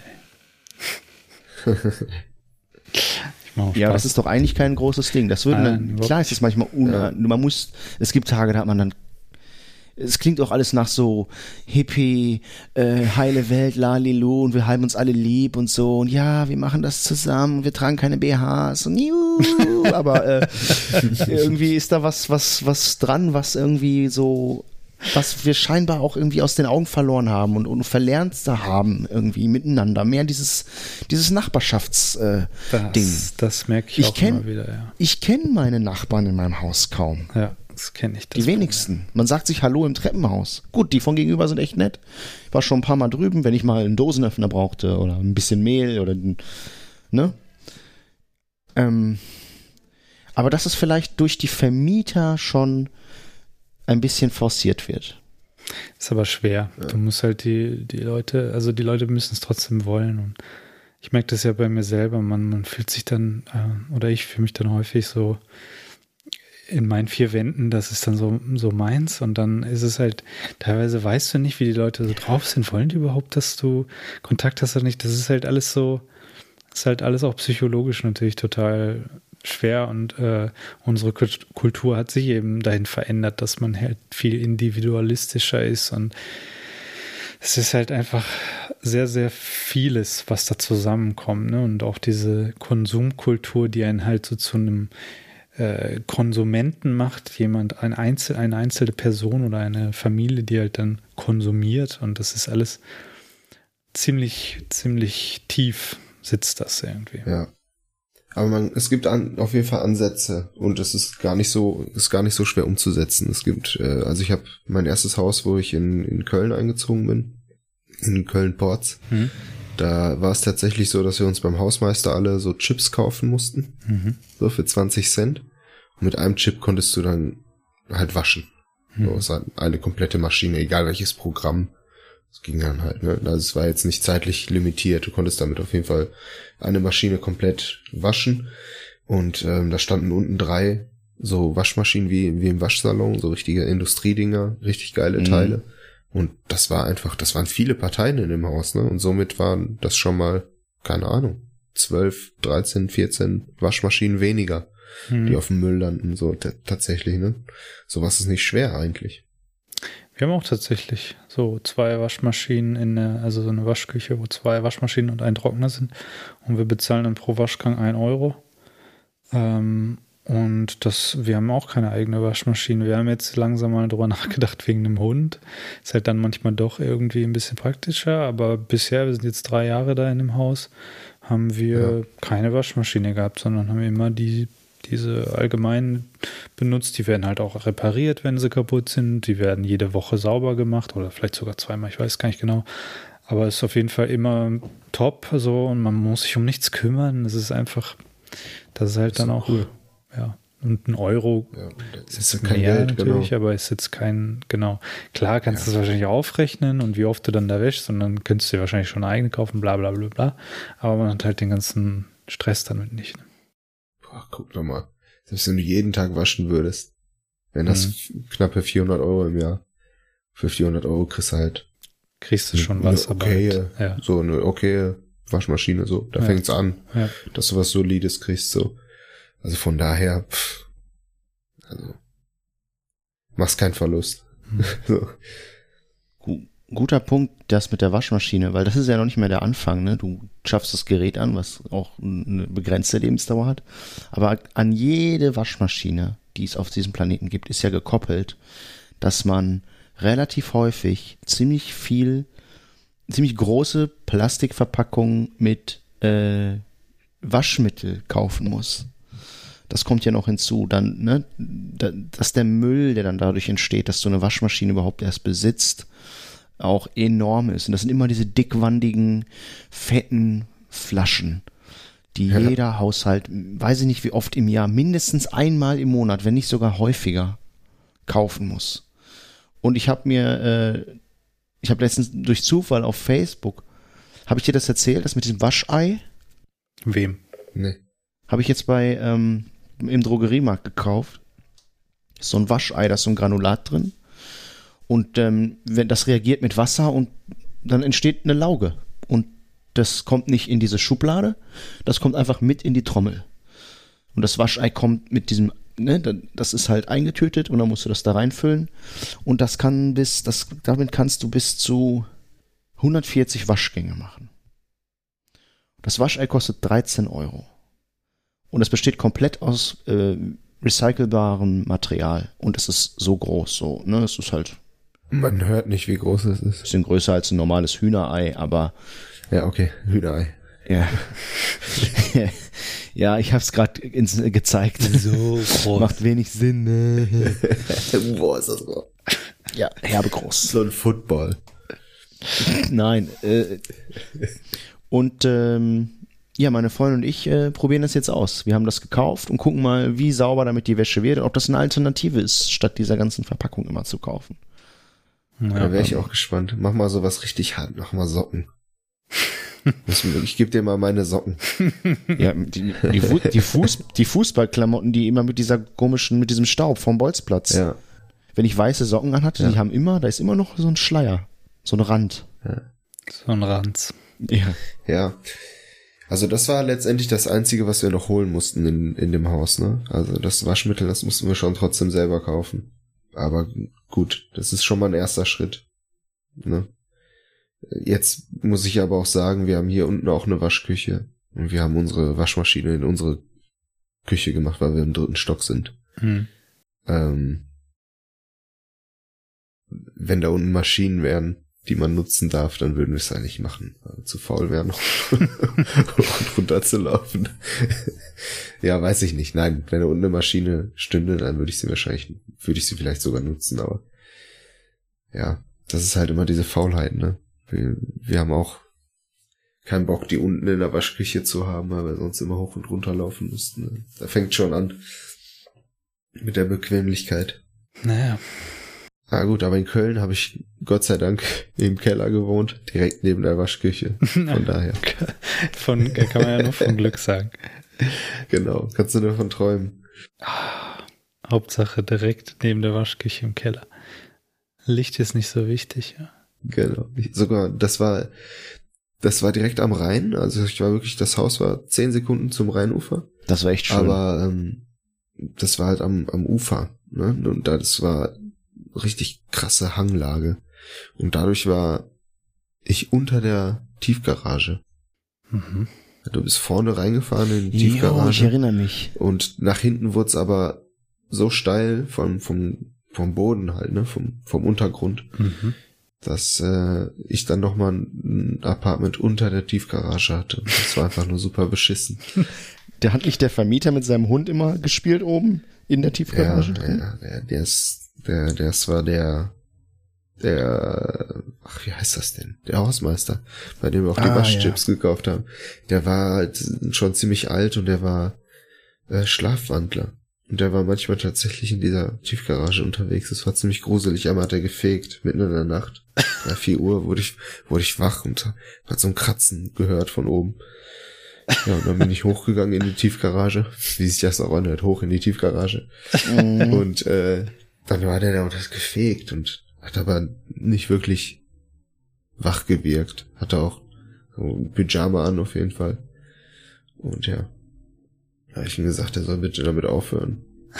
Ja, das ist doch eigentlich kein großes Ding. Das würde, Nein, klar ist es manchmal, un- ja. man muss, es gibt Tage, da hat man dann, es klingt auch alles nach so Hippie, äh, heile Welt, lalilu und wir haben uns alle lieb und so und ja, wir machen das zusammen, wir tragen keine B Hs und juhu, aber äh, irgendwie ist da was, was, was dran, was irgendwie so, was wir scheinbar auch irgendwie aus den Augen verloren haben und, und verlernt haben irgendwie miteinander. Mehr dieses, dieses Nachbarschafts-Ding. Äh, das, das merke ich, ich auch kenn, immer wieder, ja. Ich kenne meine Nachbarn in meinem Haus kaum. Ja, das kenne ich. Das die wenigsten. Mir. Man sagt sich Hallo im Treppenhaus. Gut, die von gegenüber sind echt nett. Ich war schon ein paar Mal drüben, wenn ich mal einen Dosenöffner brauchte oder ein bisschen Mehl oder, ne? Ähm, aber dass es vielleicht durch die Vermieter schon ein bisschen forciert wird. Ist aber schwer. Ja. Du musst halt die, die Leute, also die Leute müssen es trotzdem wollen. Und ich merke das ja bei mir selber. Man, man fühlt sich dann, äh, oder ich fühle mich dann häufig so in meinen vier Wänden, das ist dann so, so meins. Und dann ist es halt, teilweise weißt du nicht, wie die Leute so drauf sind. Wollen die überhaupt, dass du Kontakt hast oder nicht? Das ist halt alles so, das ist halt alles auch psychologisch natürlich total schwer und äh, unsere Kultur hat sich eben dahin verändert, dass man halt viel individualistischer ist und es ist halt einfach sehr, sehr vieles, was da zusammenkommt, ne? Und auch diese Konsumkultur, die einen halt so zu einem äh, Konsumenten macht, jemand, ein Einzel, eine einzelne Person oder eine Familie, die halt dann konsumiert und das ist alles ziemlich, ziemlich tief sitzt das irgendwie. Ja. Aber man, es gibt an, auf jeden Fall Ansätze und es ist gar nicht so, ist gar nicht so schwer umzusetzen. Es gibt, äh, also ich habe mein erstes Haus, wo ich in, in Köln eingezogen bin, in Köln-Porz. Mhm. Da war es tatsächlich so, dass wir uns beim Hausmeister alle so Chips kaufen mussten, mhm. so für zwanzig Cent. Und mit einem Chip konntest du dann halt waschen. Mhm. So, es war eine komplette Maschine, egal welches Programm. Das ging dann halt, ne? Also es war jetzt nicht zeitlich limitiert. Du konntest damit auf jeden Fall eine Maschine komplett waschen. Und ähm, da standen unten drei so Waschmaschinen wie, wie im Waschsalon, so richtige Industriedinger, richtig geile mhm. Teile. Und das war einfach, das waren viele Parteien in dem Haus, ne? Und somit waren das schon mal, keine Ahnung, zwölf, dreizehn, vierzehn Waschmaschinen weniger, mhm. die auf dem Müll landen, so t- tatsächlich, ne? Sowas ist nicht schwer eigentlich. Wir haben auch tatsächlich so zwei Waschmaschinen in der, also so eine Waschküche, wo zwei Waschmaschinen und ein Trockner sind. Und wir bezahlen dann pro Waschgang ein Euro. Ähm, und das, wir haben auch keine eigene Waschmaschine. Wir haben jetzt langsam mal drüber nachgedacht wegen dem Hund. Ist halt dann manchmal doch irgendwie ein bisschen praktischer. Aber bisher, wir sind jetzt drei Jahre da in dem Haus, haben wir ja. keine Waschmaschine gehabt, sondern haben immer die diese allgemein benutzt, die werden halt auch repariert, wenn sie kaputt sind, die werden jede Woche sauber gemacht oder vielleicht sogar zweimal, ich weiß gar nicht genau, aber es ist auf jeden Fall immer top so und man muss sich um nichts kümmern, es ist einfach, das ist halt das ist dann auch, cool. Ja, und ein Euro ja, ist jetzt kein mehr Geld, natürlich, genau. Aber ist jetzt kein, genau, klar kannst du ja. das wahrscheinlich aufrechnen und wie oft du dann da wäschst und dann könntest du dir wahrscheinlich schon eine eigene kaufen, bla bla bla bla, aber man hat halt den ganzen Stress damit nicht, ne? Ach, guck doch mal. Selbst wenn du jeden Tag waschen würdest, wären das mhm. knappe vierhundert Euro im Jahr. Für vierhundert Euro kriegst du halt. Kriegst du schon was, aber okay, halt, ja. So eine okay Waschmaschine, so. Da ja. fängt's an, ja. dass du was Solides kriegst, so. Also von daher, pff, also, machst keinen Verlust. Mhm. so. Guter Punkt, das mit der Waschmaschine, weil das ist ja noch nicht mehr der Anfang, ne? Du schaffst das Gerät an, was auch eine begrenzte Lebensdauer hat, aber an jede Waschmaschine, die es auf diesem Planeten gibt, ist ja gekoppelt, dass man relativ häufig ziemlich viel, ziemlich große Plastikverpackungen mit äh, Waschmittel kaufen muss. Das kommt ja noch hinzu, dann, ne, dass der Müll, der dann dadurch entsteht, dass du eine Waschmaschine überhaupt erst besitzt, auch enorm ist. Und das sind immer diese dickwandigen, fetten Flaschen, die ja. jeder Haushalt, weiß ich nicht wie oft im Jahr, mindestens einmal im Monat, wenn nicht sogar häufiger, kaufen muss. Und ich habe mir, äh, ich habe letztens durch Zufall auf Facebook, habe ich dir das erzählt, das mit diesem Waschei? Wem? Nee. Habe ich jetzt bei, ähm, im Drogeriemarkt gekauft. Ist so ein Waschei, da ist so ein Granulat drin. Und ähm, wenn das reagiert mit Wasser und dann entsteht eine Lauge. Und das kommt nicht in diese Schublade, das kommt einfach mit in die Trommel. Und das Waschei kommt mit diesem ne, das ist halt eingetütet und dann musst du das da reinfüllen. Und das kann bis, das, damit kannst du bis zu hundertvierzig Waschgänge machen. Das Waschei kostet dreizehn Euro. Und es besteht komplett aus äh, recycelbarem Material. Und es ist so groß, so, ne, es ist halt. Man hört nicht, wie groß es ist. Bisschen größer als ein normales Hühnerei, aber. Ja, okay, Hühnerei. Ja. Ja, ich hab's gerade gezeigt. So groß. Macht wenig Sinn. Ne? Boah, ist das groß. Ja, herbe groß. So ein Football. Nein. Äh, und ähm, ja, meine Freundin und ich äh, probieren das jetzt aus. Wir haben das gekauft und gucken mal, wie sauber damit die Wäsche wird und ob das eine Alternative ist, statt dieser ganzen Verpackung immer zu kaufen. Ja, da wäre ich auch gespannt. Mach mal sowas richtig hart, mach mal Socken. Ich gebe dir mal meine Socken. Ja, die, die, Fu- die, Fuß, die Fußballklamotten, die immer mit dieser komischen, mit diesem Staub vom Bolzplatz. Ja. Wenn ich weiße Socken anhatte, Ja. die haben immer, da ist immer noch so ein Schleier, so ein Rand. Ja. So ein Ranz. Ja. Ja. Also das war letztendlich das Einzige, was wir noch holen mussten in, in dem Haus, ne? Also das Waschmittel, das mussten wir schon trotzdem selber kaufen. Aber gut, das ist schon mal ein erster Schritt. Ne? Jetzt muss ich aber auch sagen, wir haben hier unten auch eine Waschküche. Und wir haben unsere Waschmaschine in unsere Küche gemacht, weil wir im dritten Stock sind. Hm. Ähm, wenn da unten Maschinen wären, die man nutzen darf, dann würden wir es eigentlich machen. Weil wir zu faul wären, hoch und runter zu laufen. Ja, weiß ich nicht. Nein, wenn da unten eine Maschine stünde, dann würde ich sie wahrscheinlich, würde ich sie vielleicht sogar nutzen, aber ja, das ist halt immer diese Faulheit, ne? Wir, wir haben auch keinen Bock, die unten in der Waschküche zu haben, weil wir sonst immer hoch und runter laufen müssten. Ne? Da fängt schon an mit der Bequemlichkeit. Naja. Ah gut, aber in Köln habe ich Gott sei Dank im Keller gewohnt, direkt neben der Waschküche. Von daher. Von, kann man ja nur von Glück sagen. Genau, kannst du nur von träumen. Ah, Hauptsache direkt neben der Waschküche im Keller. Licht ist nicht so wichtig, ja. Genau. Ich, sogar, das war, das war direkt am Rhein. Also ich war wirklich, das Haus war zehn Sekunden zum Rheinufer. Das war echt schön. Aber ähm, das war halt am, am Ufer. Ne? Und das war richtig krasse Hanglage. Und dadurch war ich unter der Tiefgarage. Mhm. Du bist vorne reingefahren in die Jo, Tiefgarage. ich erinnere mich. Und nach hinten wurde es aber so steil vom, vom, vom Boden halt, ne, vom, vom Untergrund, Mhm. dass äh, ich dann nochmal ein Apartment unter der Tiefgarage hatte. Das war einfach nur super beschissen. Der hat nicht der Vermieter mit seinem Hund immer gespielt oben in der Ja, Tiefgarage? ja, der, der ist, der, das war der, der, ach, wie heißt das denn? Der Hausmeister, bei dem wir auch die Ah, Waschchips gekauft haben. Der war halt schon ziemlich alt und der war äh, Schlafwandler. Und der war manchmal tatsächlich in dieser Tiefgarage unterwegs. Das war ziemlich gruselig. Einmal hat er gefegt, mitten in der Nacht. Bei vier Uhr wurde ich, wurde ich wach und hat so ein Kratzen gehört von oben. Ja, und dann bin ich hochgegangen in die Tiefgarage, wie sich das auch anhört, hoch in die Tiefgarage. Mhm. Und äh, dann war der da und hat gefegt und hat aber nicht wirklich wach gewirkt. Hatte auch so ein Pyjama an auf jeden Fall. Und ja, da habe ich ihm gesagt, er soll bitte damit aufhören.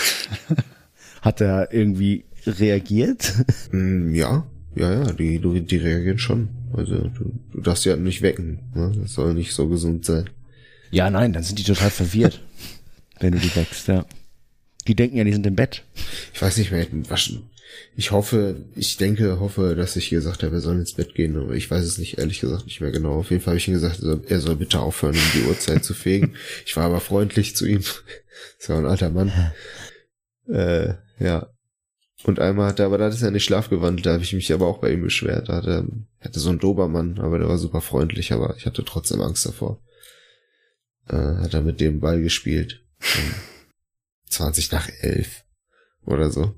Hat er irgendwie reagiert? Mm, ja, ja, ja, die, die, die reagieren schon. Also du, du darfst sie halt nicht wecken. Ne? Das soll nicht so gesund sein. Ja, nein, dann sind die total verwirrt, wenn du die wächst, ja. Die denken ja, die sind im Bett. Ich weiß nicht mehr, waschen. Ich hoffe, ich denke, hoffe, dass ich gesagt habe, er soll ins Bett gehen, aber ich weiß es nicht, ehrlich gesagt, nicht mehr genau. Auf jeden Fall habe ich ihm gesagt, er soll, er soll bitte aufhören, um die Uhrzeit zu fegen. Ich war aber freundlich zu ihm. Das war ein alter Mann. Äh, ja. Und einmal hat er, aber da ist er nicht schlafgewandelt, da habe ich mich aber auch bei ihm beschwert. Da hatte, hatte so einen Dobermann, aber der war super freundlich, aber ich hatte trotzdem Angst davor. Äh, hat er mit dem Ball gespielt. Um zwanzig nach elf oder so.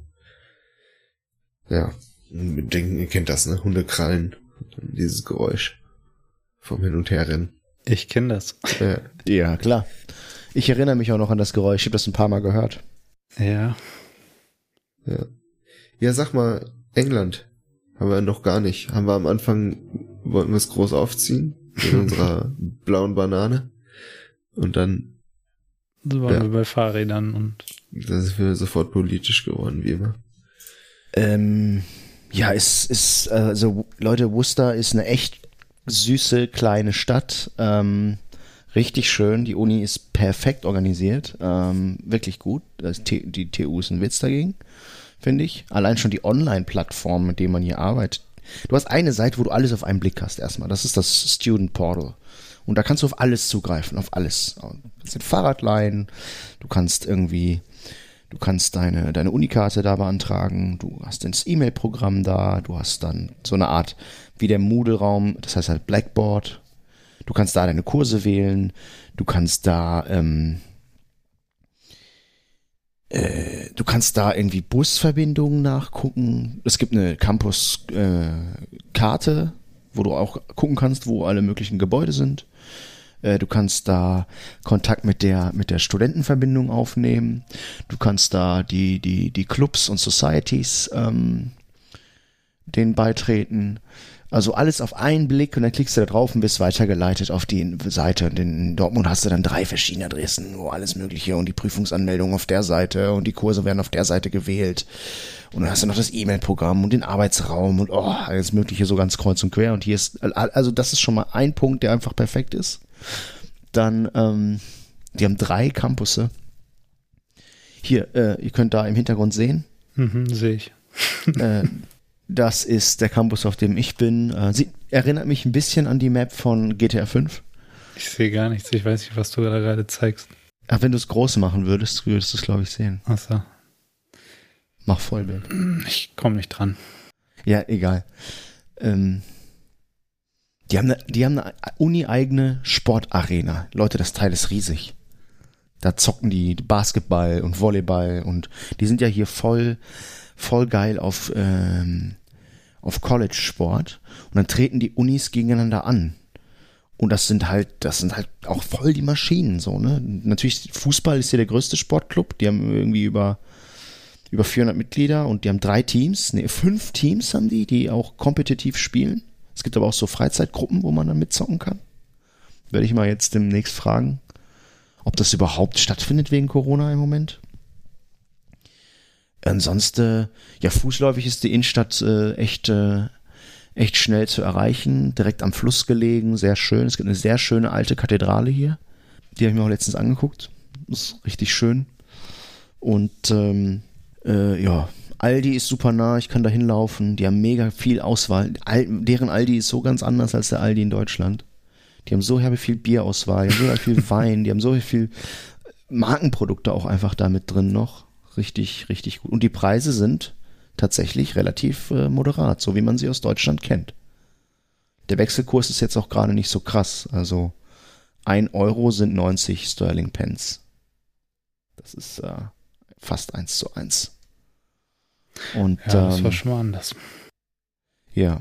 Ja, mit Denken, ihr kennt das, ne? Hundekrallen. Dieses Geräusch vom Hin- und Herrennen. Ich kenne das. Ja. Ja, klar. Ich erinnere mich auch noch an das Geräusch. Ich habe das ein paar Mal gehört. Ja. Ja. Ja, sag mal, England haben wir noch gar nicht. Haben wir am Anfang, wollten wir es groß aufziehen mit unserer blauen Banane und dann So waren Ja. wir bei Fahrrädern und Da sind wir sofort politisch geworden, wie immer. Ähm, ja, es ist, also Leute, Worcester ist eine echt süße kleine Stadt. Ähm, richtig schön. Die Uni ist perfekt organisiert. Ähm, wirklich gut. Das T- die T U ist ein Witz dagegen, finde ich. Allein schon die Online-Plattform, mit der man hier arbeitet. Du hast eine Seite, wo du alles auf einen Blick hast erstmal. Das ist das Student Portal. Und da kannst du auf alles zugreifen, auf alles. Du kannst den Fahrrad leihen, du kannst irgendwie, du kannst deine, deine Unikarte da beantragen, du hast das E-Mail-Programm da, du hast dann so eine Art wie der Moodle-Raum, das heißt halt Blackboard. Du kannst da deine Kurse wählen, du kannst da, ähm, äh, du kannst da irgendwie Busverbindungen nachgucken. Es gibt eine Campus-Karte, äh, wo du auch gucken kannst, wo alle möglichen Gebäude sind. Äh, du kannst da Kontakt mit der mit der Studentenverbindung aufnehmen. Du kannst da die die die Clubs und Societies ähm, denen beitreten. Also alles auf einen Blick und dann klickst du da drauf und bist weitergeleitet auf die Seite. Und in Dortmund hast du dann drei verschiedene Adressen, wo alles Mögliche und die Prüfungsanmeldung auf der Seite und die Kurse werden auf der Seite gewählt. Und dann hast du noch das E-Mail-Programm und den Arbeitsraum und oh, alles Mögliche so ganz kreuz und quer. Und hier ist, also das ist schon mal ein Punkt, der einfach perfekt ist. Dann, ähm, die haben drei Campusse. Hier, äh, ihr könnt da im Hintergrund sehen. Mhm, sehe ich. äh, Das ist der Campus, auf dem ich bin. Äh, sie erinnert mich ein bisschen an die Map von G T A fünf. Ich sehe gar nichts. Ich weiß nicht, was du da gerade zeigst. Ach, wenn du es groß machen würdest, würdest du es, glaube ich, sehen. Ach so. Mach Vollbild. Ich komme nicht dran. Ja, egal. Ähm, die haben eine, die haben eine uni-eigene Sportarena. Leute, das Teil ist riesig. Da zocken die Basketball und Volleyball und die sind ja hier voll... voll geil auf, ähm, auf College-Sport und dann treten die Unis gegeneinander an. Und das sind halt, das sind halt auch voll die Maschinen, so, ne? Natürlich, Fußball ist hier der größte Sportclub, die haben irgendwie über, über vierhundert Mitglieder und die haben drei Teams, ne, fünf Teams haben die, die auch kompetitiv spielen. Es gibt aber auch so Freizeitgruppen, wo man dann mitzocken kann. Werde ich mal jetzt demnächst fragen, ob das überhaupt stattfindet wegen Corona im Moment. Ansonsten, ja, fußläufig ist die Innenstadt äh, echt, äh, echt schnell zu erreichen, direkt am Fluss gelegen, sehr schön. Es gibt eine sehr schöne alte Kathedrale hier, die habe ich mir auch letztens angeguckt. Das ist richtig schön. Und ähm, äh, ja, Aldi ist super nah, ich kann da hinlaufen, die haben mega viel Auswahl. Al- deren Aldi ist so ganz anders als der Aldi in Deutschland. Die haben so herbe viel Bierauswahl, die haben so viel Wein, die haben so viel Markenprodukte auch einfach da mit drin noch. Richtig, richtig gut. Und die Preise sind tatsächlich relativ äh, moderat, so wie man sie aus Deutschland kennt. Der Wechselkurs ist jetzt auch gerade nicht so krass. Also ein Euro sind neunzig Sterling Pence. Das ist äh, fast eins zu eins. Und, ja, das ähm, war schon mal anders. Ja.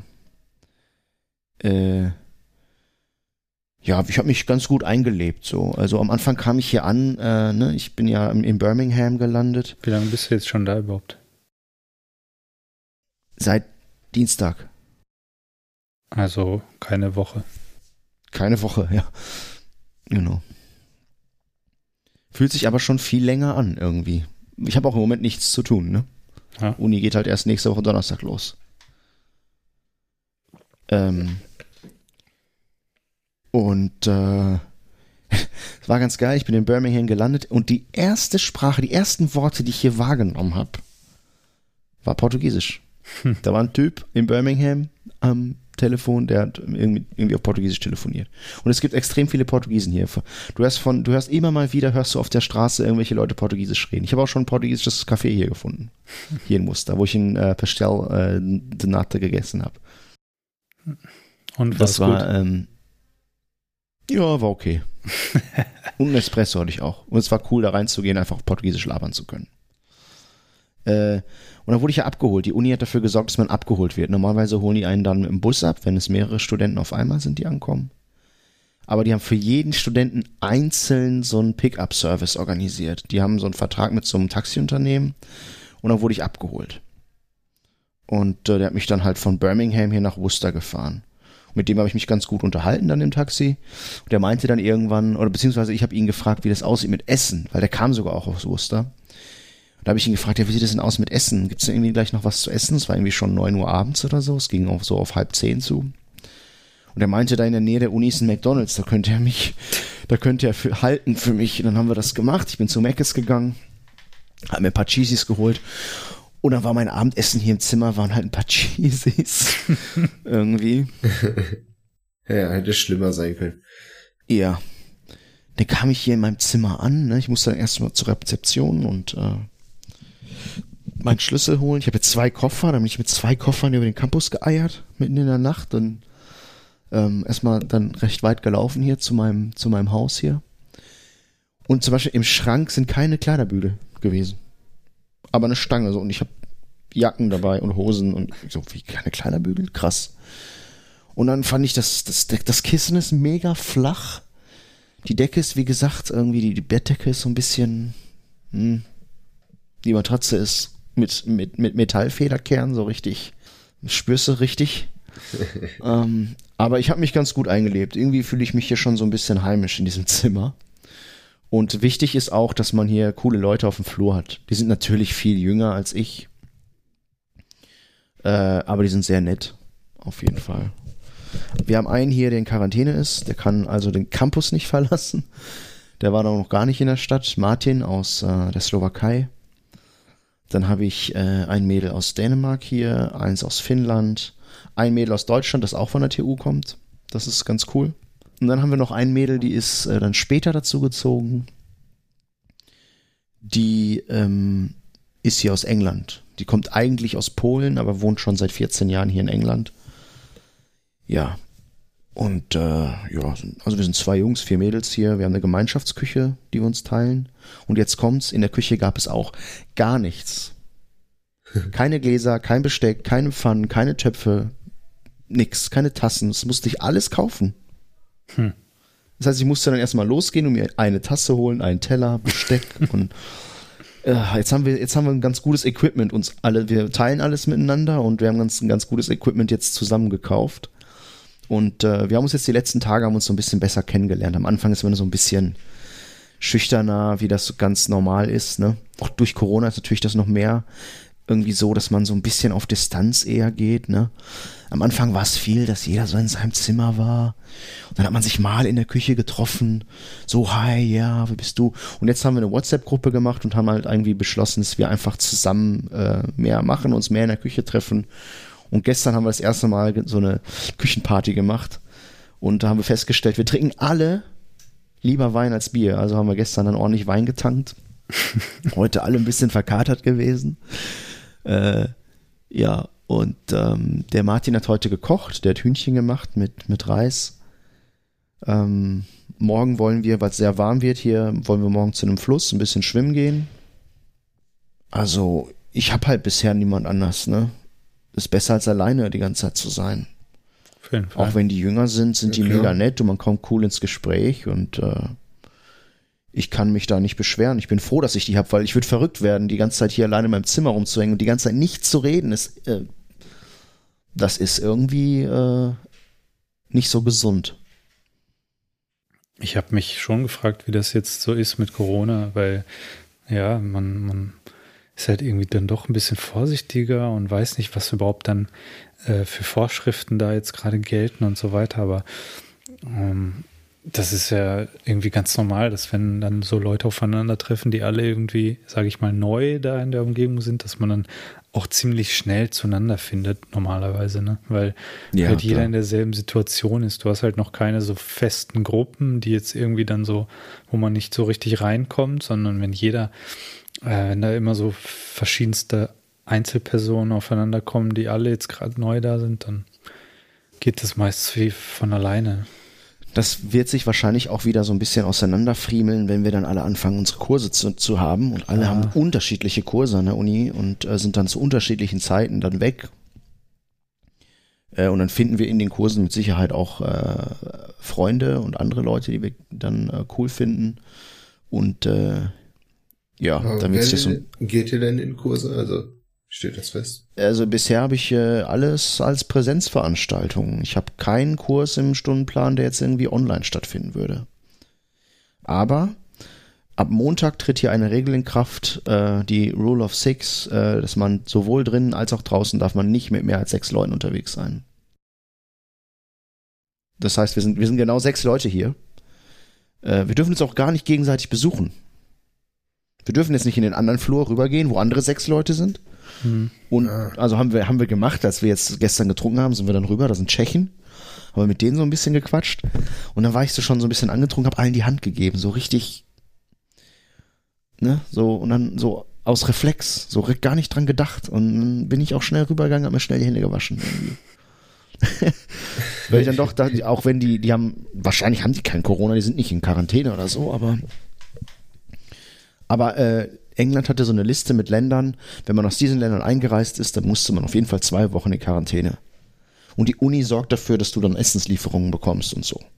Äh, Ja, ich habe mich ganz gut eingelebt. So, also am Anfang kam ich hier an. Äh, ne? Ich bin ja in Birmingham gelandet. Wie lange bist du jetzt schon da überhaupt? Seit Dienstag. Also keine Woche. Keine Woche, ja. Genau. Fühlt sich aber schon viel länger an irgendwie. Ich habe auch im Moment nichts zu tun. Ne? Ja. Uni geht halt erst nächste Woche Donnerstag los. Ähm. Und äh, es war ganz geil, ich bin in Birmingham gelandet und die erste Sprache, die ersten Worte, die ich hier wahrgenommen habe, war Portugiesisch. Hm. Da war ein Typ in Birmingham am Telefon, der hat irgendwie, irgendwie auf Portugiesisch telefoniert. Und es gibt extrem viele Portugiesen hier. Du hörst von, du hörst immer mal wieder, hörst du auf der Straße irgendwelche Leute Portugiesisch reden. Ich habe auch schon ein portugiesisches Café hier gefunden. Hier in Muster, wo ich in äh, Pastel äh, de Nata gegessen habe. Und das war, gut? Ähm, ja, war okay. Und ein Espresso hatte ich auch. Und es war cool, da reinzugehen, einfach auf Portugiesisch labern zu können. Äh, und dann wurde ich ja abgeholt. Die Uni hat dafür gesorgt, dass man abgeholt wird. Normalerweise holen die einen dann im Bus ab, wenn es mehrere Studenten auf einmal sind, die ankommen. Aber die haben für jeden Studenten einzeln so einen Pick-up-Service organisiert. Die haben so einen Vertrag mit so einem Taxiunternehmen und dann wurde ich abgeholt. Und äh, der hat mich dann halt von Birmingham hier nach Worcester gefahren. Mit dem habe ich mich ganz gut unterhalten dann im Taxi. Und der meinte dann irgendwann, oder beziehungsweise ich habe ihn gefragt, wie das aussieht mit Essen, weil der kam sogar auch aus Worcester. Da habe ich ihn gefragt, ja, wie sieht das denn aus mit Essen? Gibt es denn irgendwie gleich noch was zu essen? Es war irgendwie schon neun Uhr abends oder so. Es ging auch so auf halb zehn zu. Und er meinte, da in der Nähe der Uni ist ein McDonald's. Da könnte er mich, da könnte er für, halten für mich. Und dann haben wir das gemacht. Ich bin zu Mc's gegangen, habe mir ein paar Cheesies geholt. Und dann war mein Abendessen hier im Zimmer, waren halt ein paar Cheesies. Irgendwie. Ja, hätte schlimmer sein können. Ja. Dann kam ich hier in meinem Zimmer an. Ne? Ich musste dann erstmal zur Rezeption und äh, meinen Schlüssel holen. Ich habe jetzt zwei Koffer. Dann bin ich mit zwei Koffern über den Campus geeiert, mitten in der Nacht. Und ähm, erstmal dann recht weit gelaufen hier zu meinem, zu meinem Haus hier. Und zum Beispiel im Schrank sind keine Kleiderbügel gewesen. Aber eine Stange so. Und ich habe Jacken dabei und Hosen. Und so, wie keine Kleiderbügel? Krass. Und dann fand ich, das, das, das Kissen ist mega flach. Die Decke ist, wie gesagt, irgendwie, die, die Bettdecke ist so ein bisschen, hm, die Matratze ist mit, mit, mit Metallfederkern so richtig, spürst du richtig. ähm, aber ich habe mich ganz gut eingelebt. Irgendwie fühle ich mich hier schon so ein bisschen heimisch in diesem Zimmer. Und wichtig ist auch, dass man hier coole Leute auf dem Flur hat. Die sind natürlich viel jünger als ich. Äh, aber die sind sehr nett. Auf jeden Fall. Wir haben einen hier, der in Quarantäne ist. Der kann also den Campus nicht verlassen. Der war noch gar nicht in der Stadt. Martin aus äh, der Slowakei. Dann habe ich äh, ein Mädel aus Dänemark hier, eins aus Finnland, ein Mädel aus Deutschland, das auch von der T U kommt. Das ist ganz cool. Und dann haben wir noch ein Mädel, die ist äh, dann später dazu gezogen. Die ähm, ist hier aus England. Die kommt eigentlich aus Polen, aber wohnt schon seit vierzehn Jahren hier in England. Ja. Und äh, ja, also wir sind zwei Jungs, vier Mädels hier. Wir haben eine Gemeinschaftsküche, die wir uns teilen. Und jetzt kommt's, in der Küche gab es auch gar nichts. Keine Gläser, kein Besteck, keine Pfannen, keine Töpfe, nix, keine Tassen. Das musste ich alles kaufen. Hm. Das heißt, ich musste dann erstmal losgehen und mir eine Tasse holen, einen Teller, Besteck und äh, jetzt haben wir jetzt haben wir ein ganz gutes Equipment uns alle, wir teilen alles miteinander und wir haben ganz, ein ganz gutes Equipment jetzt zusammen gekauft und äh, wir haben uns jetzt die letzten Tage haben uns so ein bisschen besser kennengelernt. Am Anfang ist man so ein bisschen schüchterner, wie das ganz normal ist, ne? Auch durch Corona ist natürlich das noch mehr irgendwie so, dass man so ein bisschen auf Distanz eher geht, ne? Am Anfang war es viel, dass jeder so in seinem Zimmer war. Und dann hat man sich mal in der Küche getroffen. So, hi, ja, wie bist du? Und jetzt haben wir eine WhatsApp-Gruppe gemacht und haben halt irgendwie beschlossen, dass wir einfach zusammen äh, mehr machen, uns mehr in der Küche treffen. Und gestern haben wir das erste Mal so eine Küchenparty gemacht. Und da haben wir festgestellt, wir trinken alle lieber Wein als Bier. Also haben wir gestern dann ordentlich Wein getankt. Heute alle ein bisschen verkatert gewesen. Äh, ja, und ähm, der Martin hat heute gekocht, der hat Hühnchen gemacht mit, mit Reis. Ähm, morgen wollen wir, weil es sehr warm wird hier, wollen wir morgen zu einem Fluss ein bisschen schwimmen gehen. Also, ich habe halt bisher niemand anders, ne? Ist besser als alleine die ganze Zeit zu sein. Auf jeden Fall. Auch wenn die jünger sind, sind Ja, die klar. mega nett und man kommt cool ins Gespräch und äh, ich kann mich da nicht beschweren. Ich bin froh, dass ich die habe, weil ich würde verrückt werden, die ganze Zeit hier alleine in meinem Zimmer rumzuhängen und die ganze Zeit nicht zu reden. Ist, äh, das ist irgendwie äh, nicht so gesund. Ich habe mich schon gefragt, wie das jetzt so ist mit Corona, weil ja, man, man ist halt irgendwie dann doch ein bisschen vorsichtiger und weiß nicht, was überhaupt dann äh, für Vorschriften da jetzt gerade gelten und so weiter. Aber ähm, das ist ja irgendwie ganz normal, dass wenn dann so Leute aufeinandertreffen, die alle irgendwie, sage ich mal, neu da in der Umgebung sind, dass man dann auch ziemlich schnell zueinander findet, normalerweise, ne? Weil Ja, halt jeder klar. in derselben Situation ist. Du hast halt noch keine so festen Gruppen, die jetzt irgendwie dann so, wo man nicht so richtig reinkommt, sondern wenn jeder, äh, wenn da immer so verschiedenste Einzelpersonen aufeinander kommen, die alle jetzt gerade neu da sind, dann geht das meist wie von alleine. Das wird sich wahrscheinlich auch wieder so ein bisschen auseinanderfriemeln, wenn wir dann alle anfangen, unsere Kurse zu, zu haben. Und alle Ja. haben unterschiedliche Kurse an der Uni und äh, sind dann zu unterschiedlichen Zeiten dann weg. Äh, und dann finden wir in den Kursen mit Sicherheit auch äh, Freunde und andere Leute, die wir dann äh, cool finden. Und äh, ja, Aber dann wird sich das so. wer- Geht ihr denn in Kurse? Also steht das fest? Also bisher habe ich äh, alles als Präsenzveranstaltung. Ich habe keinen Kurs im Stundenplan, der jetzt irgendwie online stattfinden würde. Aber ab Montag tritt hier eine Regel in Kraft, äh, die Rule of Six, äh, dass man sowohl drinnen als auch draußen darf man nicht mit mehr als sechs Leuten unterwegs sein. Das heißt, wir sind, wir sind genau sechs Leute hier. Äh, wir dürfen uns auch gar nicht gegenseitig besuchen. Wir dürfen jetzt nicht in den anderen Flur rübergehen, wo andere sechs Leute sind. Mhm. Und ja. also haben wir, haben wir gemacht, als wir jetzt gestern getrunken haben, sind wir dann rüber, das sind Tschechen. Haben wir mit denen so ein bisschen gequatscht. Und dann war ich so schon so ein bisschen angetrunken, habe allen die Hand gegeben, so richtig, ne, so, und dann so aus Reflex, so gar nicht dran gedacht. Und dann bin ich auch schnell rübergegangen, habe mir schnell die Hände gewaschen irgendwie. Weil ich dann doch, da, auch wenn die, die haben, wahrscheinlich haben die kein Corona, die sind nicht in Quarantäne oder so, aber aber äh, England hatte so eine Liste mit Ländern, wenn man aus diesen Ländern eingereist ist, dann musste man auf jeden Fall zwei Wochen in Quarantäne. Und die Uni sorgt dafür, dass du dann Essenslieferungen bekommst und so.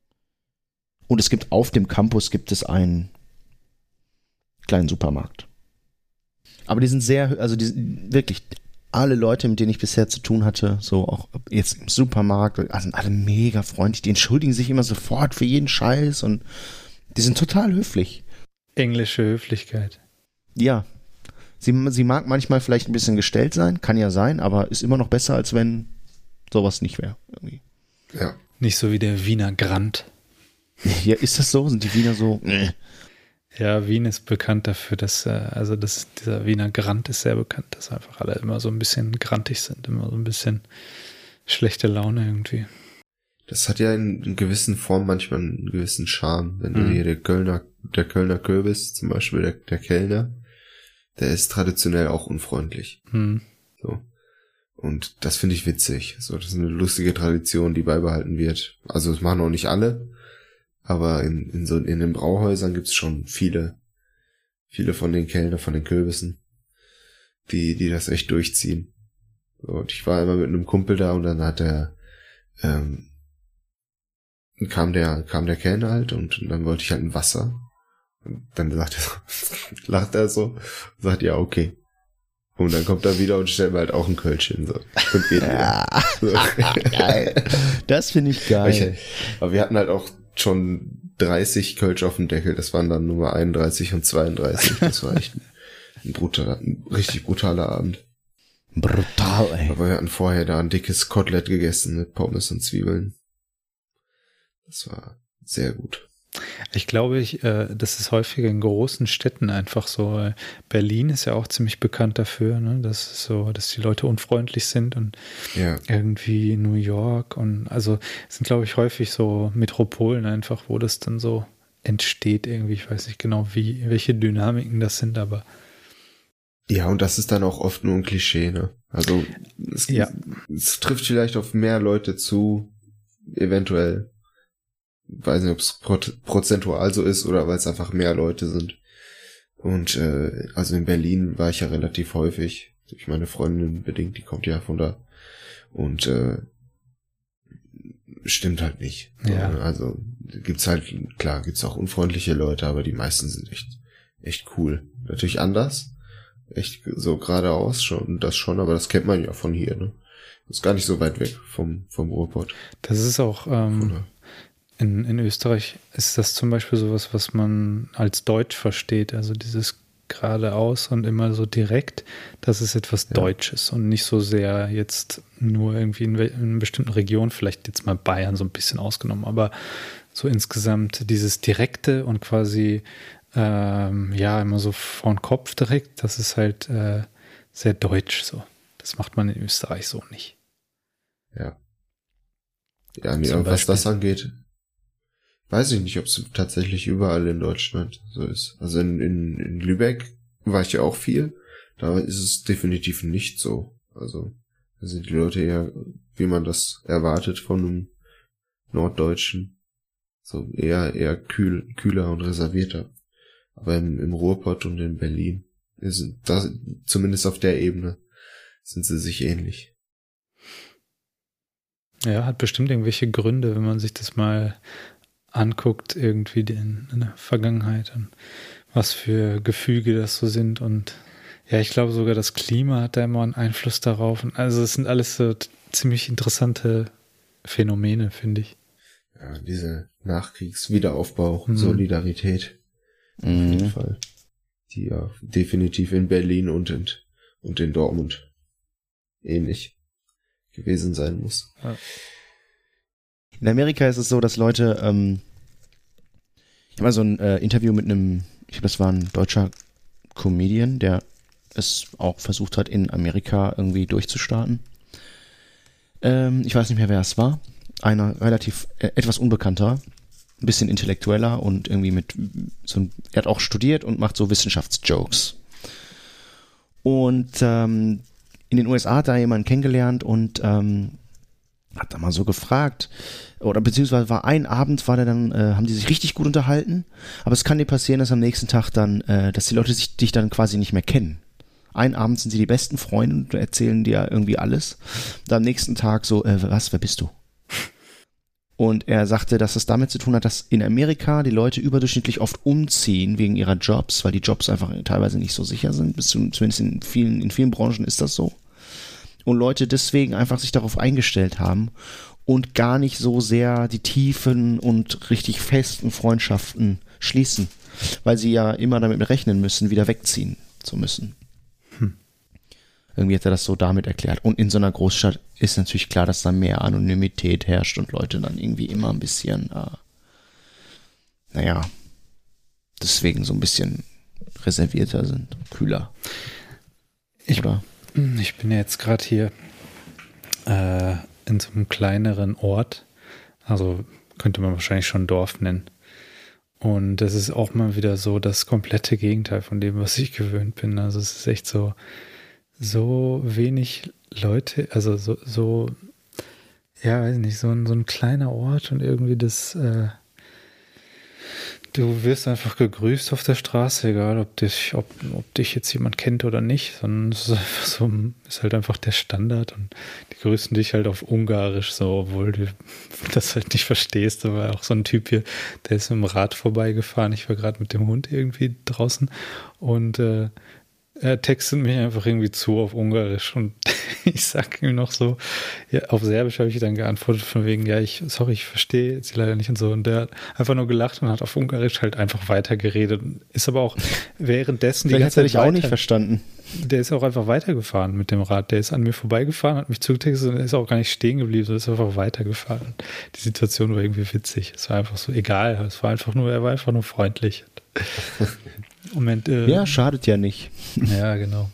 Und es gibt auf dem Campus gibt es einen kleinen Supermarkt. Aber die sind sehr, also die sind wirklich alle Leute, mit denen ich bisher zu tun hatte, so auch jetzt im Supermarkt, also sind alle mega freundlich. Die entschuldigen sich immer sofort für jeden Scheiß und die sind total höflich. Englische Höflichkeit. Ja. Sie, sie mag manchmal vielleicht ein bisschen gestellt sein, kann ja sein, aber ist immer noch besser, als wenn sowas nicht wäre. Irgendwie. Ja. Nicht so wie der Wiener Grand. Ja, ist das so? Sind die Wiener so? Nee. Ja, Wien ist bekannt dafür, dass, also das, dieser Wiener Grand ist sehr bekannt, dass einfach alle immer so ein bisschen grantig sind, immer so ein bisschen schlechte Laune irgendwie. Das hat ja in, in gewissen Formen manchmal einen gewissen Charme. Wenn mhm. du hier der Kölner, der Kölner Kürbis, zum Beispiel der, der Kellner, der ist traditionell auch unfreundlich. Mhm. So. Und das finde ich witzig. So, das ist eine lustige Tradition, die beibehalten wird. Also das machen auch nicht alle, aber in, in so in den Brauhäusern gibt's schon viele, viele von den Kellner, von den Kürbissen, die, die das echt durchziehen. So, und ich war immer mit einem Kumpel da und dann hat er, ähm, kam der, kam der Kellner halt und dann wollte ich halt ein Wasser. Und dann sagt er so, lacht er so, sagt ja, okay. Und dann kommt er wieder und stellt mir halt auch ein Kölschchen so. Und geht ja. So. Geil. Das finde ich geil. Ich, aber wir hatten halt auch schon dreißig Kölsch auf dem Deckel. Das waren dann Nummer einunddreißig und zweiunddreißig. Das war echt ein, ein, brutaler, ein richtig brutaler Abend. Brutal, ey. Aber wir hatten vorher da ein dickes Kotelett gegessen mit Pommes und Zwiebeln. Das war sehr gut. Ich glaube, ich, äh, das ist häufiger in großen Städten einfach so. Berlin ist ja auch ziemlich bekannt dafür, ne? Dass es so, dass die Leute unfreundlich sind und ja. irgendwie New York und also es sind, glaube ich, häufig so Metropolen einfach, wo das dann so entsteht irgendwie. Ich weiß nicht genau, wie, welche Dynamiken das sind, aber ja, und das ist dann auch oft nur ein Klischee, ne? Also es, ja. es trifft vielleicht auf mehr Leute zu, eventuell. Weiß nicht, ob es prozentual so ist oder weil es einfach mehr Leute sind. Und äh, also in Berlin war ich ja relativ häufig, durch meine Freundin bedingt, die kommt ja von da. Und äh, stimmt halt nicht. Ja. Also gibt's halt, klar, gibt's auch unfreundliche Leute, aber die meisten sind echt echt cool. Natürlich anders, echt so geradeaus schon, das schon, aber das kennt man ja von hier, ne? Ist gar nicht so weit weg vom vom Ruhrpott. Das ist auch ähm, In, in Österreich ist das zum Beispiel sowas, was man als Deutsch versteht, also dieses geradeaus und immer so direkt, das ist etwas ja. Deutsches und nicht so sehr jetzt nur irgendwie in, in einer bestimmten Region, vielleicht jetzt mal Bayern so ein bisschen ausgenommen, aber so insgesamt dieses Direkte und quasi ähm, ja immer so vor den Kopf direkt, das ist halt äh, sehr deutsch so. Das macht man in Österreich so nicht. Ja. Ja, nee, aber was das angeht, weiß ich nicht, ob es tatsächlich überall in Deutschland so ist. Also in, in, in Lübeck war ich ja auch viel. Da ist es definitiv nicht so. Also da sind die Leute eher, wie man das erwartet von einem Norddeutschen. So eher eher kühl, kühler und reservierter. Aber im, im Ruhrpott und in Berlin ist das, zumindest auf der Ebene, sind sie sich ähnlich. Ja, hat bestimmt irgendwelche Gründe, wenn man sich das mal anguckt, irgendwie in, in der Vergangenheit und was für Gefüge das so sind. Und ja, ich glaube sogar das Klima hat da immer einen Einfluss darauf. Und also es sind alles so t- ziemlich interessante Phänomene, finde ich. Ja, diese Nachkriegswiederaufbau, mhm. Solidarität, Auf jeden Fall. Die ja definitiv in Berlin und in, und in Dortmund ähnlich gewesen sein muss. Ja. In Amerika ist es so, dass Leute, ähm, ich habe mal so ein äh, Interview mit einem, ich glaube, das war ein deutscher Comedian, der es auch versucht hat, in Amerika irgendwie durchzustarten. Ähm, ich weiß nicht mehr, wer es war. Einer relativ, äh, etwas unbekannter, ein bisschen intellektueller und irgendwie mit so ein, er hat auch studiert und macht so Wissenschaftsjokes. Und ähm, in den U S A hat er jemanden kennengelernt und ähm, hat da mal so gefragt, oder beziehungsweise war ein Abend, war der dann, äh, haben die sich richtig gut unterhalten, aber es kann dir passieren, dass am nächsten Tag dann, äh, dass die Leute sich, dich dann quasi nicht mehr kennen. Einen Abend sind sie die besten Freunde und erzählen dir irgendwie alles. Und am nächsten Tag so, äh, was, wer bist du? Und er sagte, dass es damit zu tun hat, dass in Amerika die Leute überdurchschnittlich oft umziehen wegen ihrer Jobs, weil die Jobs einfach teilweise nicht so sicher sind. Bis zu, zumindest in vielen, in vielen Branchen ist das so. Und Leute deswegen einfach sich darauf eingestellt haben und gar nicht so sehr die tiefen und richtig festen Freundschaften schließen, weil sie ja immer damit rechnen müssen, wieder wegziehen zu müssen. Hm. Irgendwie hat er das so damit erklärt. Und in so einer Großstadt ist natürlich klar, dass da mehr Anonymität herrscht und Leute dann irgendwie immer ein bisschen, äh, naja, deswegen so ein bisschen reservierter sind, kühler. Ich, Oder? Ich bin ja jetzt gerade hier äh, in so einem kleineren Ort, also könnte man wahrscheinlich schon Dorf nennen. Und das ist auch mal wieder so das komplette Gegenteil von dem, was ich gewöhnt bin. Also es ist echt so, so wenig Leute, also so, so ja, weiß nicht, so ein, so ein kleiner Ort und irgendwie das, äh, du wirst einfach gegrüßt auf der Straße, egal ob dich, ob, ob dich jetzt jemand kennt oder nicht, sondern es ist einfach so, ist halt einfach der Standard und die grüßen dich halt auf Ungarisch so, obwohl du das halt nicht verstehst. Da war auch so ein Typ hier, der ist mit dem Rad vorbeigefahren. Ich war gerade mit dem Hund irgendwie draußen und äh, er textet mich einfach irgendwie zu auf Ungarisch und ich sag ihm noch so, ja, auf Serbisch habe ich dann geantwortet von wegen, ja, ich, sorry, ich verstehe sie leider nicht und so. Und der hat einfach nur gelacht und hat auf Ungarisch halt einfach weitergeredet. Ist aber auch währenddessen die ganze Zeit weiter, auch nicht verstanden. Der ist auch einfach weitergefahren mit dem Rad. Der ist an mir vorbeigefahren, hat mich zugetextet und ist auch gar nicht stehen geblieben, sondern ist einfach weitergefahren. Die Situation war irgendwie witzig. Es war einfach so egal. Es war einfach nur, er war einfach nur freundlich. Moment, äh, ja, schadet ja nicht. Ja, genau.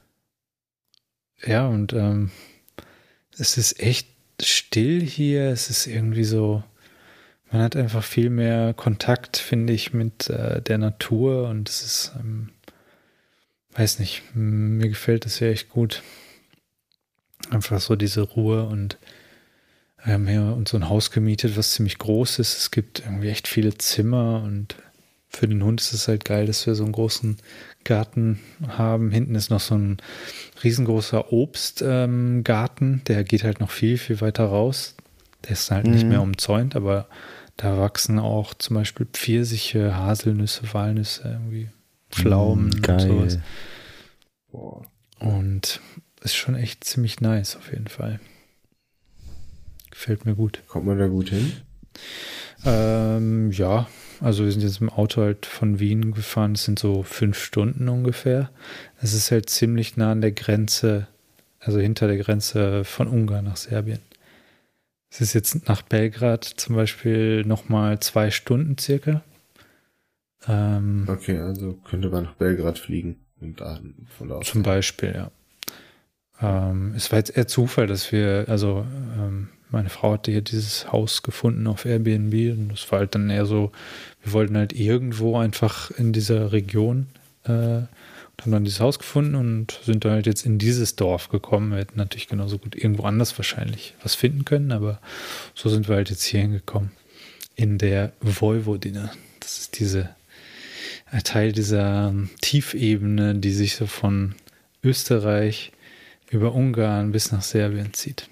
Ja, und ähm, es ist echt still hier. Es ist irgendwie so, man hat einfach viel mehr Kontakt, finde ich, mit äh, der Natur und es ist, ähm, weiß nicht, mir gefällt das ja echt gut. Einfach so diese Ruhe und wir haben hier uns so ein Haus gemietet, was ziemlich groß ist. Es gibt irgendwie echt viele Zimmer und für den Hund ist es halt geil, dass wir so einen großen Garten haben. Hinten ist noch so ein riesengroßer Obstgarten. Ähm, der geht halt noch viel, viel weiter raus. Der ist halt mhm. nicht mehr umzäunt, aber da wachsen auch zum Beispiel Pfirsiche, Haselnüsse, Walnüsse, irgendwie Pflaumen mhm, und sowas. Boah. Und ist schon echt ziemlich nice auf jeden Fall. Gefällt mir gut. Kommt man da gut hin? Ähm, ja, also wir sind jetzt im Auto halt von Wien gefahren, das sind so fünf Stunden ungefähr. Es ist halt ziemlich nah an der Grenze, also hinter der Grenze von Ungarn nach Serbien. Es ist jetzt nach Belgrad zum Beispiel nochmal zwei Stunden circa. Ähm, okay, also könnte man nach Belgrad fliegen und da von da aus. Zum Beispiel, ja. Ähm, es war jetzt eher Zufall, dass wir, also ähm, meine Frau hatte hier dieses Haus gefunden auf Airbnb und das war halt dann eher so, wir wollten halt irgendwo einfach in dieser Region äh, und haben dann dieses Haus gefunden und sind dann halt jetzt in dieses Dorf gekommen. Wir hätten natürlich genauso gut irgendwo anders wahrscheinlich was finden können, aber so sind wir halt jetzt hier hingekommen. In der Vojvodina. Das ist diese, ein Teil dieser Tiefebene, die sich so von Österreich über Ungarn bis nach Serbien zieht.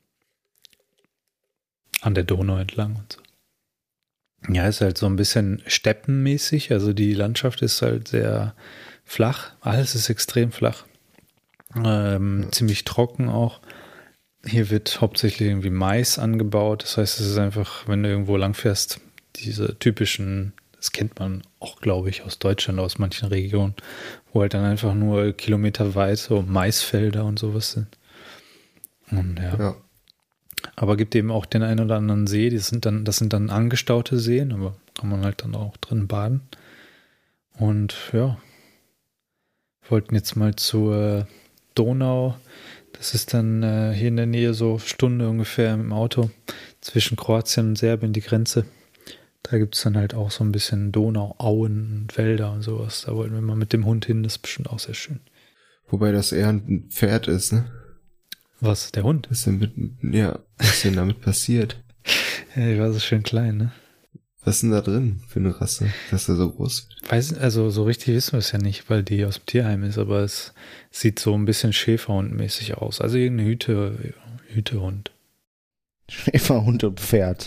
An der Donau entlang und so. Ja, ist halt so ein bisschen steppenmäßig, also die Landschaft ist halt sehr flach, alles ist extrem flach, ähm, ja. ziemlich trocken auch. Hier wird hauptsächlich irgendwie Mais angebaut, das heißt, es ist einfach, wenn du irgendwo langfährst, diese typischen Das kennt man auch, glaube ich, aus Deutschland, aus manchen Regionen, wo halt dann einfach nur kilometerweit so Maisfelder und sowas sind. Und ja. Ja. Aber gibt eben auch den einen oder anderen See, die sind dann, das sind dann angestaute Seen, aber kann man halt dann auch drin baden. Und ja, wollten jetzt mal zur Donau. Das ist dann äh, hier in der Nähe so Stunde ungefähr im Auto zwischen Kroatien und Serbien die Grenze. Da gibt es dann halt auch so ein bisschen Donau, Auen, Wälder und sowas. Da wollten wir mal mit dem Hund hin, das ist bestimmt auch sehr schön. Wobei das eher ein Pferd ist, ne? Was, der Hund? Was ist denn mit, ja, was ist denn damit passiert? Ja, die war so schön klein, ne? Was ist denn da drin für eine Rasse, dass er so groß wird? Weiß, also so richtig wissen wir es ja nicht, weil die aus dem Tierheim ist, aber es sieht so ein bisschen Schäferhundmäßig aus. Also irgendeine Hüte, Hütehund. Schäferhund und Pferd.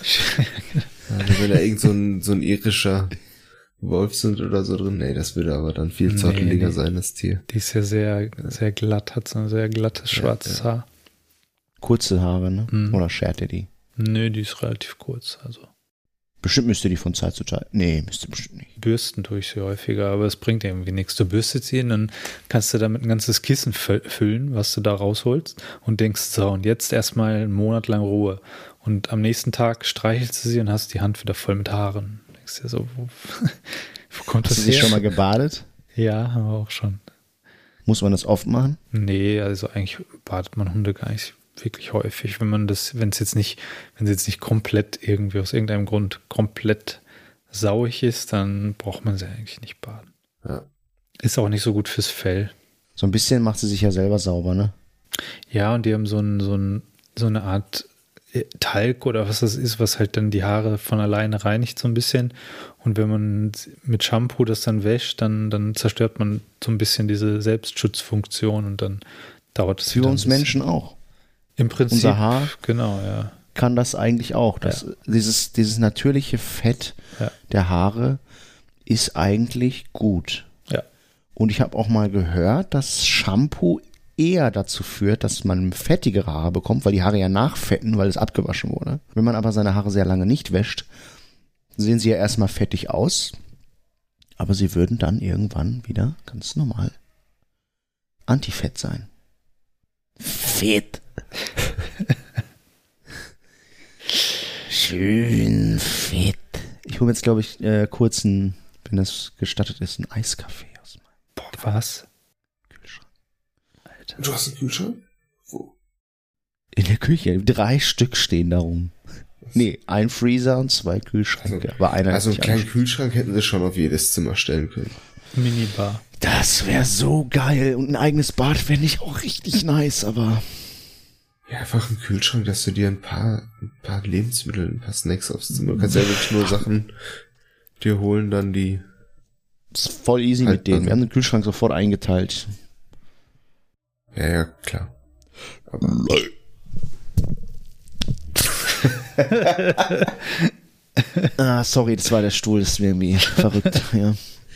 Also wenn da irgend so ein, so ein irischer Wolfshund oder so drin, nee, das würde aber dann viel zotteliger nee, nee. sein, das Tier. Die ist ja sehr, sehr glatt, hat so ein sehr glattes schwarzes ja, ja. Haar. Kurze Haare, ne? Mhm. Oder schert ihr die? Nö, die ist relativ kurz, also. Bestimmt müsste die von Zeit zu Zeit. Nee, müsste bestimmt nicht. Bürsten tue ich sie häufiger, aber es bringt irgendwie nichts. Du bürstet sie und dann kannst du damit ein ganzes Kissen füllen, was du da rausholst und denkst, so, und jetzt erstmal einen Monat lang Ruhe. Und am nächsten Tag streichelst du sie und hast die Hand wieder voll mit Haaren. Du denkst dir so, wo, wo kommt hast das her? her? Hast du dich schon mal gebadet? Ja, haben wir auch schon. Muss man das oft machen? Nee, also eigentlich badet man Hunde gar nicht wirklich häufig, wenn man das, wenn es jetzt nicht, wenn es jetzt nicht komplett irgendwie aus irgendeinem Grund komplett sauig ist, dann braucht man sie eigentlich nicht baden. Ja. Ist auch nicht so gut fürs Fell. So ein bisschen macht sie sich ja selber sauber, ne? Ja, und die haben so, ein, so, ein, so eine Art Talg oder was das ist, was halt dann die Haare von alleine reinigt so ein bisschen. Und wenn man mit Shampoo das dann wäscht, dann, dann zerstört man so ein bisschen diese Selbstschutzfunktion und dann dauert es für wieder uns Menschen auch. Im Prinzip, unser Haar genau, ja. kann das eigentlich auch. Das, ja. dieses, dieses natürliche Fett ja. der Haare ist eigentlich gut. Ja. Und ich habe auch mal gehört, dass Shampoo eher dazu führt, dass man fettigere Haare bekommt, weil die Haare ja nachfetten, weil es abgewaschen wurde. Wenn man aber seine Haare sehr lange nicht wäscht, sehen sie ja erstmal fettig aus, aber sie würden dann irgendwann wieder ganz normal Antifett sein. Fett. Schön fett. Ich hole jetzt, glaube ich, äh, kurz ein, wenn das gestattet ist, ein Eiskaffee aus meinem Boah, was? Kühlschrank. Alter. Du hast einen Kühlschrank? Wo? In der Küche. Drei Stück stehen da rum. Nee, ein Freezer und zwei Kühlschränke. Also, aber einer also einen kleinen Kühlschrank hätten sie schon auf jedes Zimmer stellen können. Minibar. Das wäre so geil. Und ein eigenes Bad fände ich auch richtig nice, aber... Ja, einfach ein Kühlschrank, dass du dir ein paar, ein paar Lebensmittel, ein paar Snacks aufs Zimmer. Du kannst ja wirklich nur Sachen dir holen, dann die... Das ist voll easy halt mit denen. Wir haben den Kühlschrank sofort eingeteilt. Ja, ja, klar. Aber... ah, sorry, das war der Stuhl, das ist irgendwie verrückt, ja.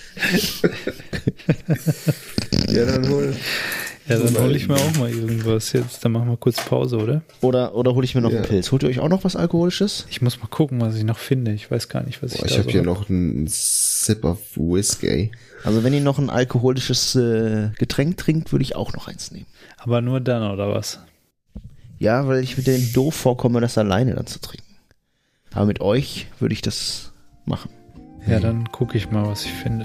Ja, dann hol... Ja, dann hole ich mir auch mal irgendwas jetzt. Dann machen wir kurz Pause, oder? Oder, oder hole ich mir noch ja. einen Pilz. Holt ihr euch auch noch was Alkoholisches? Ich muss mal gucken, was ich noch finde. Ich weiß gar nicht, was ich Boah, da ich habe so hier hab. noch einen Sip of Whiskey. Also wenn ihr noch ein alkoholisches äh, Getränk trinkt, würde ich auch noch eins nehmen. Aber nur dann, oder was? Ja, weil ich mit dem doof vorkomme, das alleine dann zu trinken. Aber mit euch würde ich das machen. Ja, dann gucke ich mal, was ich finde.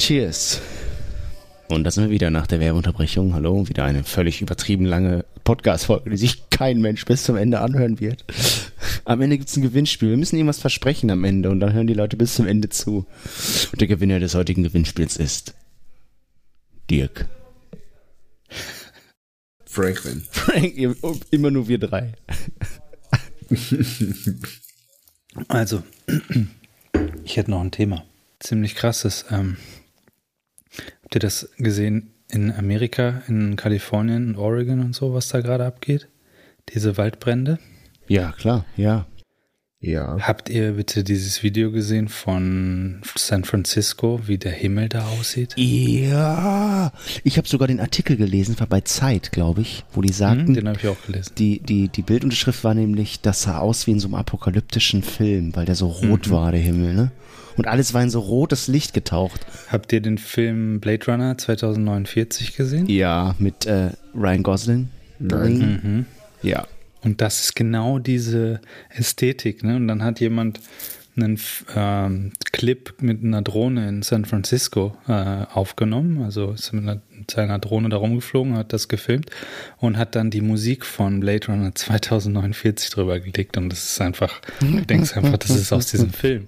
Cheers. Und da sind wir wieder nach der Werbeunterbrechung. Hallo, wieder eine völlig übertrieben lange Podcast-Folge, die sich kein Mensch bis zum Ende anhören wird. Am Ende gibt es ein Gewinnspiel. Wir müssen irgendwas versprechen am Ende und dann hören die Leute bis zum Ende zu. Und der Gewinner des heutigen Gewinnspiels ist Dirk. Franklin. Frank, immer nur wir drei. Also, ich hätte noch ein Thema. Ziemlich krasses. Ähm, habt ihr das gesehen in Amerika, in Kalifornien und Oregon und so, was da gerade abgeht? Diese Waldbrände? Ja, klar, ja. Ja. Habt ihr bitte dieses Video gesehen von San Francisco, wie der Himmel da aussieht? Ja, ich habe sogar den Artikel gelesen, war bei Zeit, glaube ich, wo die sagten, Hm, den habe ich auch gelesen. die, die, die Bildunterschrift war nämlich, das sah aus wie in so einem apokalyptischen Film, weil der so rot Mhm. war, der Himmel, ne? Und alles war in so rotes Licht getaucht. Habt ihr den Film Blade Runner zwanzig neunundvierzig gesehen? Ja, mit äh, Ryan Gosling. Nein. Mhm. Ja. Und das ist genau diese Ästhetik, ne? Und dann hat jemand einen ähm, Clip mit einer Drohne in San Francisco äh, aufgenommen, also ist mit, einer, mit seiner Drohne da rumgeflogen, hat das gefilmt und hat dann die Musik von Blade Runner zwanzig neunundvierzig drüber gelegt und das ist einfach, du denkst einfach, das ist aus diesem Film.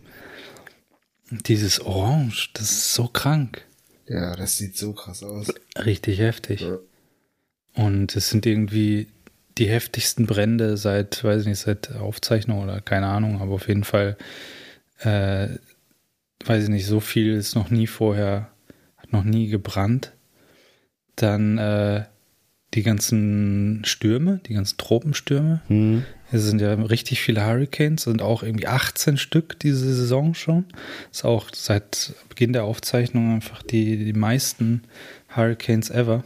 Dieses Orange, das ist so krank. Ja, das sieht so krass aus. Richtig heftig. Ja. Und es sind irgendwie die heftigsten Brände seit, weiß ich nicht, seit Aufzeichnung oder keine Ahnung, aber auf jeden Fall, äh, weiß ich nicht, so viel ist noch nie vorher, hat noch nie gebrannt. Dann äh, die ganzen Stürme, die ganzen Tropenstürme. Hm. Es sind ja richtig viele Hurricanes, sind auch irgendwie achtzehn Stück diese Saison schon. Ist auch seit Beginn der Aufzeichnung einfach die, die meisten Hurricanes ever.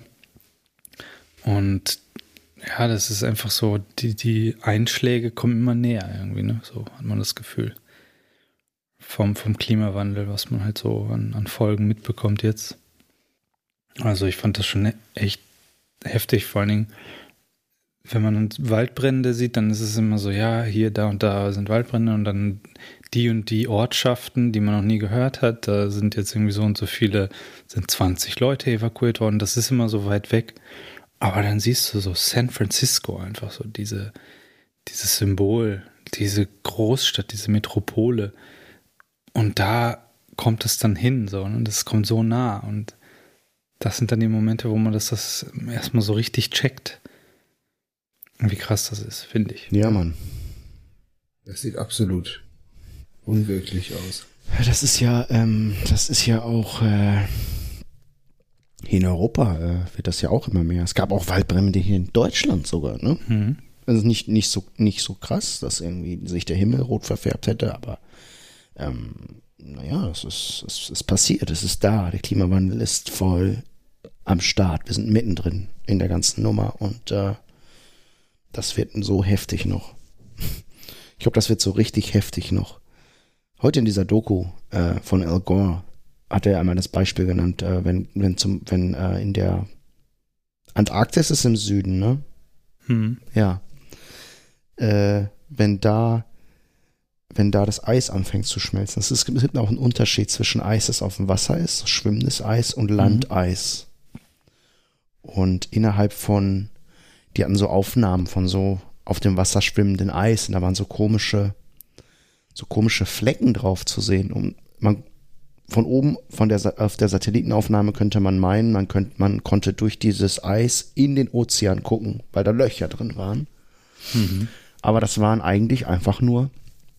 Und ja, das ist einfach so, die, die Einschläge kommen immer näher irgendwie, ne? So hat man das Gefühl. Vom, vom Klimawandel, was man halt so an, an Folgen mitbekommt jetzt. Also ich fand das schon echt heftig, vor allen Dingen, wenn man Waldbrände sieht, dann ist es immer so, ja, hier, da und da sind Waldbrände und dann die und die Ortschaften, die man noch nie gehört hat, da sind jetzt irgendwie so und so viele, sind zwanzig Leute evakuiert worden, das ist immer so weit weg. Aber dann siehst du so San Francisco einfach so, diese, dieses Symbol, diese Großstadt, diese Metropole. Und da kommt es dann hin, so, und das kommt so nah. Und das sind dann die Momente, wo man das, das erstmal so richtig checkt. Und wie krass das ist, finde ich. Ja, Mann. Das sieht absolut unwirklich aus. Das ist ja, ähm, das ist ja auch, äh, hier in Europa äh, wird das ja auch immer mehr. Es gab auch Waldbrände hier in Deutschland sogar, ne? Mhm. Also nicht, nicht so, nicht so krass, dass irgendwie sich der Himmel rot verfärbt hätte, aber ähm, naja, es ist, es ist passiert, es ist da. Der Klimawandel ist voll am Start. Wir sind mittendrin in der ganzen Nummer und äh, das wird so heftig noch. Ich glaube, das wird so richtig heftig noch. Heute in dieser Doku äh, von Al Gore hat er einmal das Beispiel genannt, äh, wenn, wenn zum, wenn äh, in der Antarktis ist im Süden, ne? Mhm. Ja. Äh, wenn da, wenn da das Eis anfängt zu schmelzen. Es, ist, es gibt auch einen Unterschied zwischen Eis, das auf dem Wasser ist, schwimmendes Eis und Landeis. Und innerhalb von, die hatten so Aufnahmen von so auf dem Wasser schwimmenden Eis und da waren so komische, so komische Flecken drauf zu sehen. Und man von oben, von der, auf der Satellitenaufnahme könnte man meinen, man könnte, man konnte durch dieses Eis in den Ozean gucken, weil da Löcher drin waren. Mhm. Aber das waren eigentlich einfach nur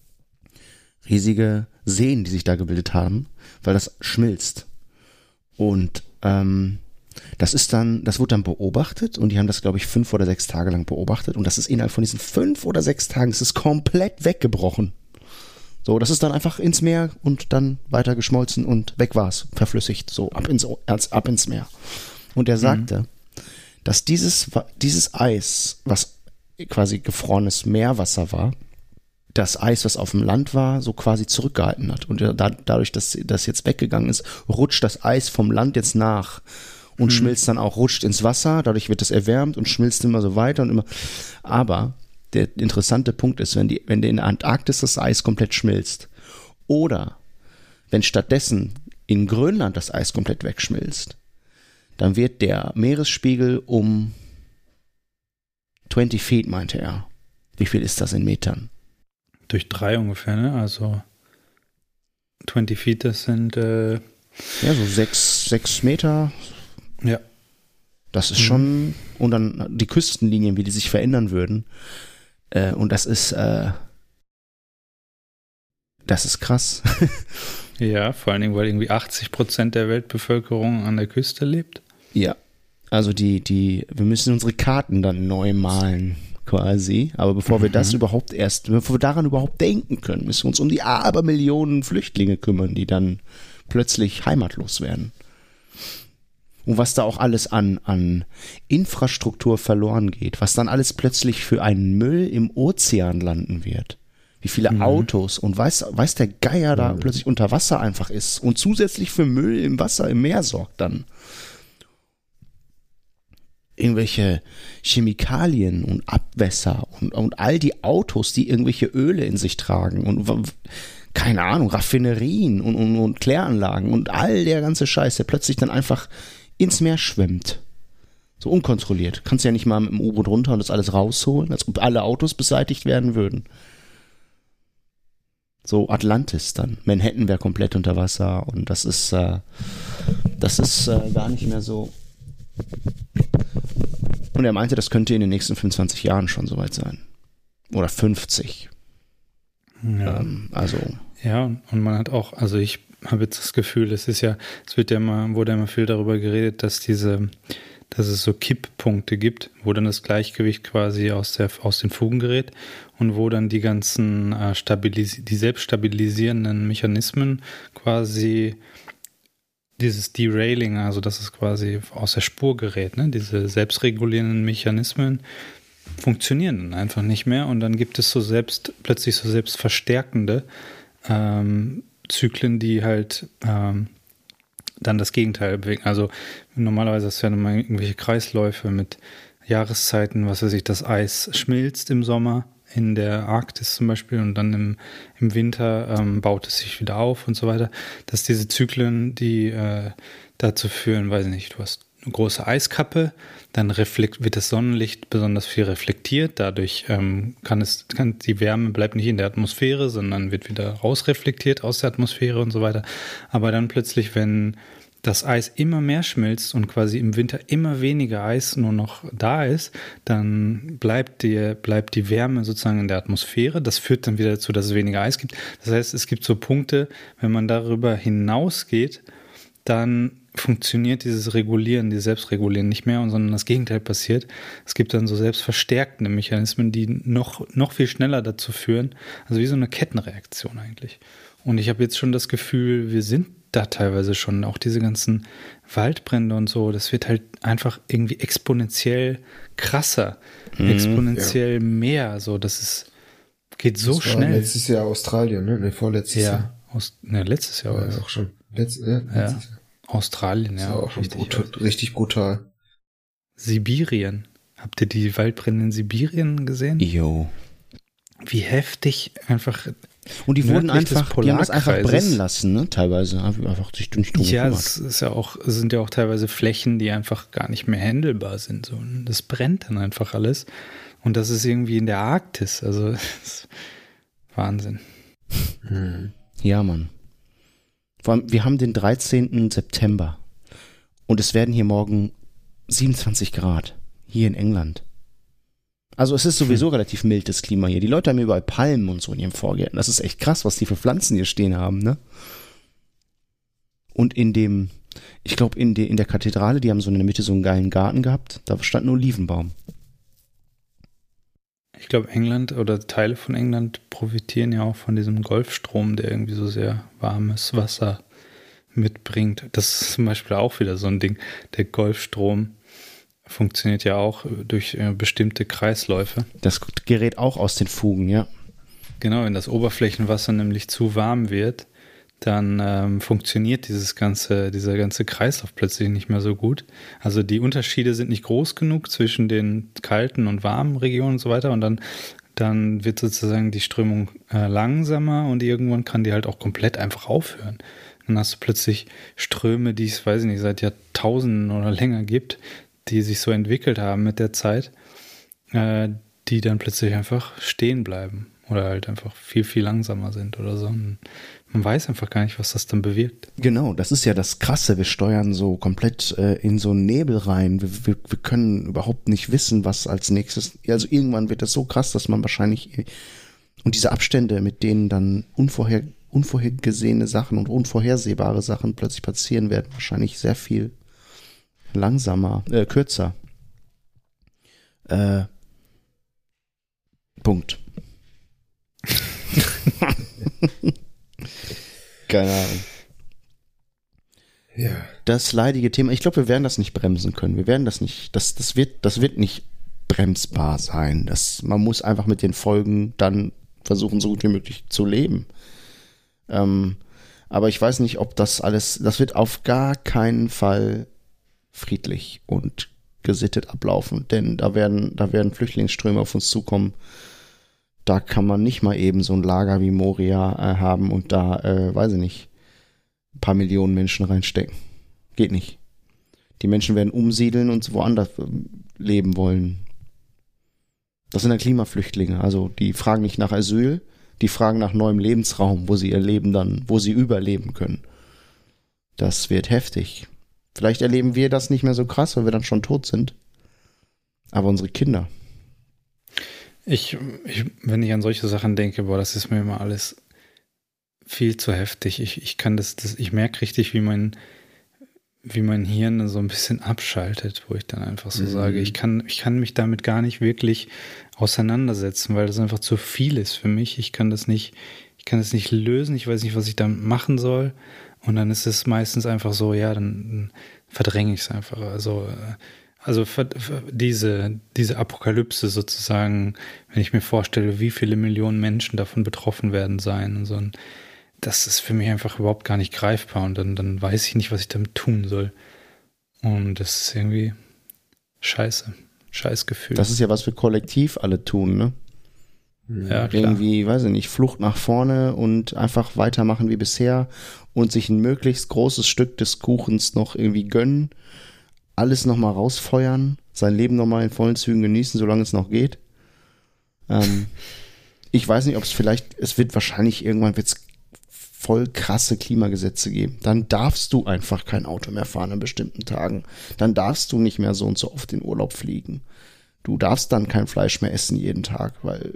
riesige Seen, die sich da gebildet haben, weil das schmilzt. Und ähm, das ist dann, das wurde dann beobachtet und die haben das, glaube ich, fünf oder sechs Tage lang beobachtet und das ist innerhalb von diesen fünf oder sechs Tagen, es ist komplett weggebrochen. So, das ist dann einfach ins Meer und dann weiter geschmolzen und weg war's, verflüssigt, so ab ins, ab ins Meer. Und er sagte, mhm. dass dieses, dieses Eis, was quasi gefrorenes Meerwasser war, das Eis, was auf dem Land war, so quasi zurückgehalten hat. Und da, dadurch, dass das jetzt weggegangen ist, rutscht das Eis vom Land jetzt nach und mhm. schmilzt dann auch, rutscht ins Wasser, dadurch wird es erwärmt und schmilzt immer so weiter und immer. Aber der interessante Punkt ist, wenn die, wenn in der Antarktis das Eis komplett schmilzt oder wenn stattdessen in Grönland das Eis komplett wegschmilzt, dann wird der Meeresspiegel um zwanzig Feet, meinte er. Wie viel ist das in Metern? Durch drei ungefähr, ne? Also zwanzig Feet, das sind äh ja, so sechs, sechs Meter. Ja. Das ist mhm. schon, und dann die Küstenlinien, wie die sich verändern würden. Äh, und das ist, äh, das ist krass. Ja, vor allen Dingen, weil irgendwie achtzig Prozent der Weltbevölkerung an der Küste lebt. Ja, also die, die, wir müssen unsere Karten dann neu malen, quasi. Aber bevor mhm. wir das überhaupt erst, bevor wir daran überhaupt denken können, müssen wir uns um die Abermillionen Flüchtlinge kümmern, die dann plötzlich heimatlos werden. Und was da auch alles an, an Infrastruktur verloren geht, was dann alles plötzlich für einen Müll im Ozean landen wird. Wie viele mhm. Autos und weiß, weiß der Geier da mhm. plötzlich unter Wasser einfach ist und zusätzlich für Müll im Wasser, im Meer sorgt dann. Irgendwelche Chemikalien und Abwässer und, und all die Autos, die irgendwelche Öle in sich tragen und keine Ahnung, Raffinerien und, und, und Kläranlagen und all der ganze Scheiß, der plötzlich dann einfach ins Meer schwimmt. So unkontrolliert. Kannst ja nicht mal mit dem U-Boot runter und das alles rausholen, als ob alle Autos beseitigt werden würden. So Atlantis dann. Manhattan wäre komplett unter Wasser und das ist, äh, das ist äh, gar nicht mehr so. Und er meinte, das könnte in den nächsten fünfundzwanzig Jahren schon soweit sein. Oder fünfzig. Ja. Ähm, also. Ja, und man hat auch, also ich habe jetzt das Gefühl, es ist ja, es wird ja mal, wurde ja mal viel darüber geredet, dass diese, dass es so Kipppunkte gibt, wo dann das Gleichgewicht quasi aus der, aus den Fugen gerät und wo dann die ganzen äh, stabilis- die selbststabilisierenden Mechanismen quasi dieses Derailing, also dass es quasi aus der Spur gerät, ne? Diese selbstregulierenden Mechanismen funktionieren dann einfach nicht mehr und dann gibt es so selbst, plötzlich so selbstverstärkende ähm, Zyklen, die halt ähm, dann das Gegenteil bewegen. Also normalerweise hast du ja nochmal irgendwelche Kreisläufe mit Jahreszeiten, was weiß ich, das Eis schmilzt im Sommer in der Arktis zum Beispiel und dann im, im Winter ähm, baut es sich wieder auf und so weiter. Dass diese Zyklen, die äh, dazu führen, weiß ich nicht, du hast eine große Eiskappe, dann reflekt, wird das Sonnenlicht besonders viel reflektiert, dadurch ähm, kann es, kann, die Wärme bleibt nicht in der Atmosphäre, sondern wird wieder rausreflektiert aus der Atmosphäre und so weiter. Aber dann plötzlich, wenn das Eis immer mehr schmilzt und quasi im Winter immer weniger Eis nur noch da ist, dann bleibt die, bleibt die Wärme sozusagen in der Atmosphäre. Das führt dann wieder dazu, dass es weniger Eis gibt. Das heißt, es gibt so Punkte, wenn man darüber hinausgeht, dann funktioniert dieses Regulieren, dieses Selbstregulieren nicht mehr, sondern das Gegenteil passiert. Es gibt dann so selbstverstärkende Mechanismen, die noch, noch viel schneller dazu führen. Also wie so eine Kettenreaktion eigentlich. Und ich habe jetzt schon das Gefühl, wir sind da teilweise schon, auch diese ganzen Waldbrände und so, das wird halt einfach irgendwie exponentiell krasser, mhm, exponentiell ja. mehr. So, das ist, geht so das war schnell. Letztes Jahr Australien, ne? Ne, vorletztes ja, Jahr. Aus, ne, letztes Jahr war ja, auch schon. Letz, ja, letztes ja. Jahr. Australien, das ja. war auch schon richtig, brutal, richtig brutal. Sibirien. Habt ihr die Waldbrände in Sibirien gesehen? Jo. Wie heftig einfach. Und die wurden einfach, die haben das einfach brennen lassen, ne? Teilweise einfach sich nicht drum Ja, gekümmert. es ist ja auch, es sind ja auch teilweise Flächen, die einfach gar nicht mehr handelbar sind. So. Das brennt dann einfach alles. Und das ist irgendwie in der Arktis. Also das ist Wahnsinn. Hm. Ja, Mann. Vor allem, wir haben den dreizehnten September und es werden hier morgen siebenundzwanzig Grad, hier in England. Also es ist sowieso hm. relativ mildes Klima hier. Die Leute haben überall Palmen und so in ihren Vorgärten. Das ist echt krass, was die für Pflanzen hier stehen haben, ne? Und in dem, ich glaube in, de, in der Kathedrale, die haben so in der Mitte so einen geilen Garten gehabt, da stand ein Olivenbaum. Ich glaube, England oder Teile von England profitieren ja auch von diesem Golfstrom, der irgendwie so sehr warmes Wasser mitbringt. Das ist zum Beispiel auch wieder so ein Ding. Der Golfstrom funktioniert ja auch durch äh, bestimmte Kreisläufe. Das gerät auch aus den Fugen, ja. Genau, wenn das Oberflächenwasser nämlich zu warm wird, dann ähm, funktioniert dieses ganze, dieser ganze Kreislauf plötzlich nicht mehr so gut. Also die Unterschiede sind nicht groß genug zwischen den kalten und warmen Regionen und so weiter und dann, dann wird sozusagen die Strömung äh, langsamer und irgendwann kann die halt auch komplett einfach aufhören. Dann hast du plötzlich Ströme, die es, weiß ich nicht, seit Jahrtausenden oder länger gibt, die sich so entwickelt haben mit der Zeit, äh, die dann plötzlich einfach stehen bleiben oder halt einfach viel, viel langsamer sind oder so. Und man weiß einfach gar nicht, was das dann bewirkt. Genau, das ist ja das Krasse. Wir steuern so komplett äh, in so einen Nebel rein. Wir, wir, wir können überhaupt nicht wissen, was als nächstes. Also irgendwann wird das so krass, dass man wahrscheinlich und diese Abstände, mit denen dann unvorher, unvorhergesehene Sachen und unvorhersehbare Sachen plötzlich passieren werden, wahrscheinlich sehr viel langsamer, äh, kürzer. Äh, Punkt. Keine Ahnung. Ja. Das leidige Thema, ich glaube, wir werden das nicht bremsen können. Wir werden das nicht, das, das wird, das wird nicht bremsbar sein. Das, man muss einfach mit den Folgen dann versuchen, so gut wie möglich zu leben. Ähm, aber ich weiß nicht, ob das alles, das wird auf gar keinen Fall friedlich und gesittet ablaufen, denn da werden, da werden Flüchtlingsströme auf uns zukommen. Da kann man nicht mal eben so ein Lager wie Moria äh, haben und da, äh, weiß ich nicht, ein paar Millionen Menschen reinstecken. Geht nicht. Die Menschen werden umsiedeln und woanders äh, leben wollen. Das sind ja Klimaflüchtlinge, also die fragen nicht nach Asyl, die fragen nach neuem Lebensraum, wo sie ihr Leben dann, wo sie überleben können. Das wird heftig. Vielleicht erleben wir das nicht mehr so krass, weil wir dann schon tot sind. Aber unsere Kinder. Ich, ich, wenn ich an solche Sachen denke, boah, das ist mir immer alles viel zu heftig. Ich, ich kann das, das, ich merke richtig, wie mein, wie mein Hirn so ein bisschen abschaltet, wo ich dann einfach so mhm. sage, ich kann, ich kann mich damit gar nicht wirklich auseinandersetzen, weil das einfach zu viel ist für mich. Ich kann das nicht, ich kann das nicht lösen. Ich weiß nicht, was ich damit machen soll. Und dann ist es meistens einfach so, ja, dann verdränge ich es einfach. Also, also diese, diese Apokalypse sozusagen, wenn ich mir vorstelle, wie viele Millionen Menschen davon betroffen werden sein und so, das ist für mich einfach überhaupt gar nicht greifbar. Und dann, dann weiß ich nicht, was ich damit tun soll. Und das ist irgendwie scheiße. Scheiß Gefühl. Das ist ja, was wir kollektiv alle tun, ne? Ja, klar. Irgendwie, weiß ich nicht, Flucht nach vorne und einfach weitermachen wie bisher und sich ein möglichst großes Stück des Kuchens noch irgendwie gönnen, alles nochmal rausfeuern, sein Leben nochmal in vollen Zügen genießen, solange es noch geht. Ähm, ich weiß nicht, ob es vielleicht, es wird wahrscheinlich irgendwann wird's voll krasse Klimagesetze geben. Dann darfst du einfach kein Auto mehr fahren an bestimmten Tagen. Dann darfst du nicht mehr so und so oft in Urlaub fliegen. Du darfst dann kein Fleisch mehr essen jeden Tag, weil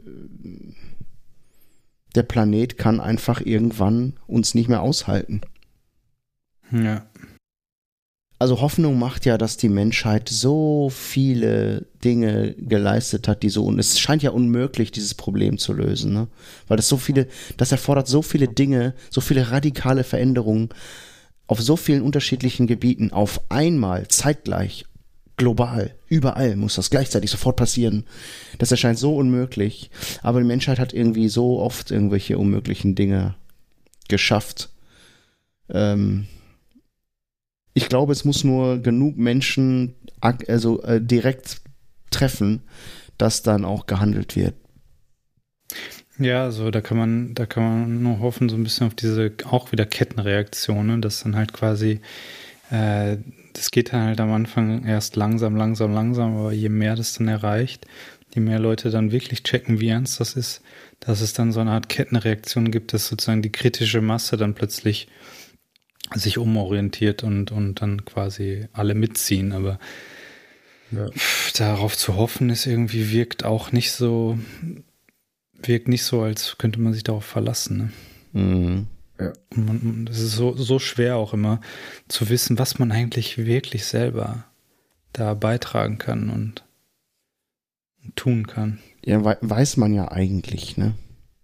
der Planet kann einfach irgendwann uns nicht mehr aushalten. Ja. Also Hoffnung macht ja, dass die Menschheit so viele Dinge geleistet hat, die so, und es scheint ja unmöglich, dieses Problem zu lösen, ne? Weil das so viele, das erfordert so viele Dinge, so viele radikale Veränderungen auf so vielen unterschiedlichen Gebieten auf einmal, zeitgleich, global, überall muss das gleichzeitig sofort passieren. Das erscheint so unmöglich, aber die Menschheit hat irgendwie so oft irgendwelche unmöglichen Dinge geschafft. Ähm, ich glaube, es muss nur genug Menschen also äh, direkt treffen, dass dann auch gehandelt wird. Ja, also da kann man, da kann man nur hoffen, so ein bisschen auf diese auch wieder Kettenreaktionen, dass dann halt quasi äh, das geht dann halt am Anfang erst langsam, langsam, langsam, aber je mehr das dann erreicht, je mehr Leute dann wirklich checken, wie ernst das ist, dass es dann so eine Art Kettenreaktion gibt, dass sozusagen die kritische Masse dann plötzlich sich umorientiert und, und dann quasi alle mitziehen. Aber ja, darauf zu hoffen, ist irgendwie, wirkt auch nicht so, wirkt nicht so, als könnte man sich darauf verlassen. Ne? Mhm. Ja. Und es ist so, so schwer auch immer zu wissen, was man eigentlich wirklich selber da beitragen kann und, und tun kann. Ja, we- weiß man ja eigentlich, ne?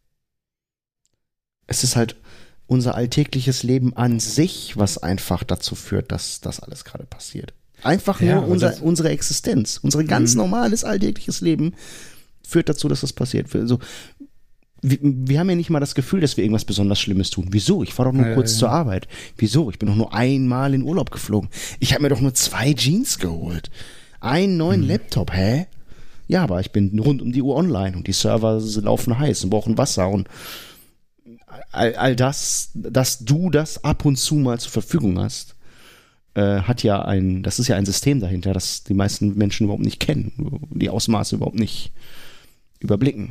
Es ist halt unser alltägliches Leben an sich, was einfach dazu führt, dass das alles gerade passiert. Einfach nur Ja, unser, das, unsere Existenz, unser ganz mhm. normales alltägliches Leben führt dazu, dass das passiert. Also, wir, wir haben ja nicht mal das Gefühl, dass wir irgendwas besonders Schlimmes tun. Wieso? Ich fahre doch nur ja, kurz ja. zur Arbeit. Wieso? Ich bin doch nur einmal in Urlaub geflogen. Ich habe mir doch nur zwei Jeans geholt. Einen neuen mhm. Laptop, hä? Ja, aber ich bin rund um die Uhr online und die Server laufen heiß und brauchen Wasser und all, all das, dass du das ab und zu mal zur Verfügung hast, äh, hat ja ein, das ist ja ein System dahinter, das die meisten Menschen überhaupt nicht kennen, die Ausmaße überhaupt nicht überblicken.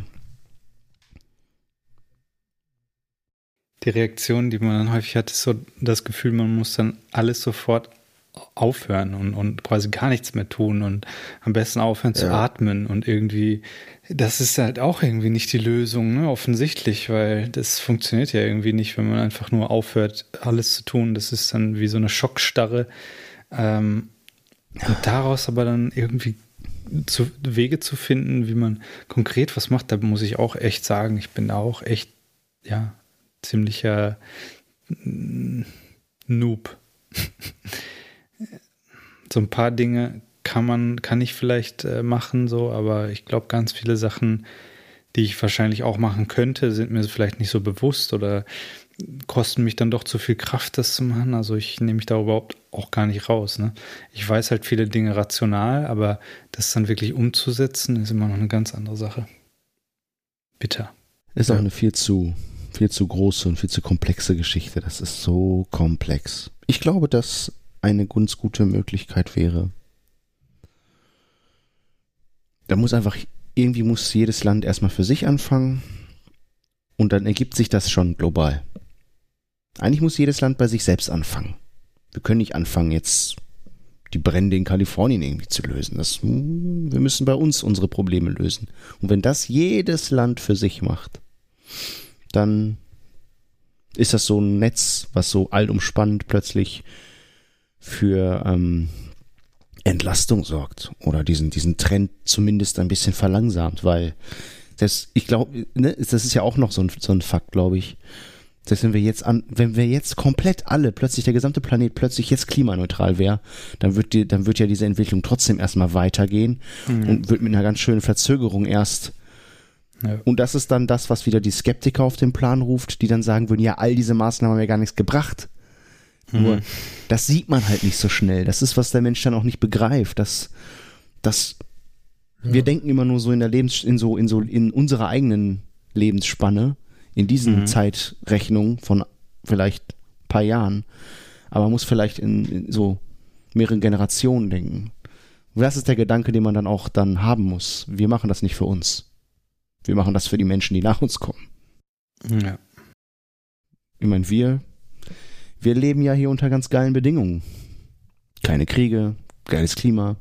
Die Reaktion, die man dann häufig hat, ist so das Gefühl, man muss dann alles sofort aufhören und, und quasi gar nichts mehr tun und am besten aufhören zu Ja. atmen und irgendwie, das ist halt auch irgendwie nicht die Lösung, ne? Offensichtlich, weil das funktioniert ja irgendwie nicht, wenn man einfach nur aufhört, alles zu tun. Das ist dann wie so eine Schockstarre. Ähm, und daraus aber dann irgendwie zu, Wege zu finden, wie man konkret was macht, da muss ich auch echt sagen, ich bin da auch echt, ja, ziemlicher mm, Noob. So ein paar Dinge kann man, kann ich vielleicht äh, machen, so, aber ich glaube, ganz viele Sachen, die ich wahrscheinlich auch machen könnte, sind mir vielleicht nicht so bewusst oder kosten mich dann doch zu viel Kraft, das zu machen. Also ich nehme mich da überhaupt auch gar nicht raus. Ne? Ich weiß halt viele Dinge rational, aber das dann wirklich umzusetzen, ist immer noch eine ganz andere Sache. Bitter. Ist Ja. auch eine viel zu, viel zu große und viel zu komplexe Geschichte. Das ist so komplex. Ich glaube, dass eine ganz gute Möglichkeit wäre. Da muss einfach, irgendwie muss jedes Land erstmal für sich anfangen und dann ergibt sich das schon global. Eigentlich muss jedes Land bei sich selbst anfangen. Wir können nicht anfangen, jetzt die Brände in Kalifornien irgendwie zu lösen. Das, wir müssen bei uns unsere Probleme lösen. Und wenn das jedes Land für sich macht, dann ist das so ein Netz, was so allumspannend plötzlich für ähm, Entlastung sorgt oder diesen, diesen Trend zumindest ein bisschen verlangsamt, weil das, ich glaube, ne, das ist ja auch noch so ein, so ein Fakt, glaube ich, dass wenn wir jetzt an, wenn wir jetzt komplett alle, plötzlich der gesamte Planet plötzlich jetzt klimaneutral wäre, dann wird die, dann wird ja diese Entwicklung trotzdem erstmal weitergehen Mhm. und wird mit einer ganz schönen Verzögerung erst. Ja. Und das ist dann das, was wieder die Skeptiker auf den Plan ruft, die dann sagen würden, ja, all diese Maßnahmen haben ja gar nichts gebracht. Nur, Mhm. das sieht man halt nicht so schnell. Das ist, was der Mensch dann auch nicht begreift. Das, das, wir denken immer nur so in der Lebens, in so, in so, in unserer eigenen Lebensspanne, in diesen Mhm. Zeitrechnungen von vielleicht ein paar Jahren. Aber man muss vielleicht in, in so mehreren Generationen denken. Und das ist der Gedanke, den man dann auch dann haben muss. Wir machen das nicht für uns. Wir machen das für die Menschen, die nach uns kommen. Ja. Ich meine, wir, wir leben ja hier unter ganz geilen Bedingungen. Keine Kriege, geiles Klima.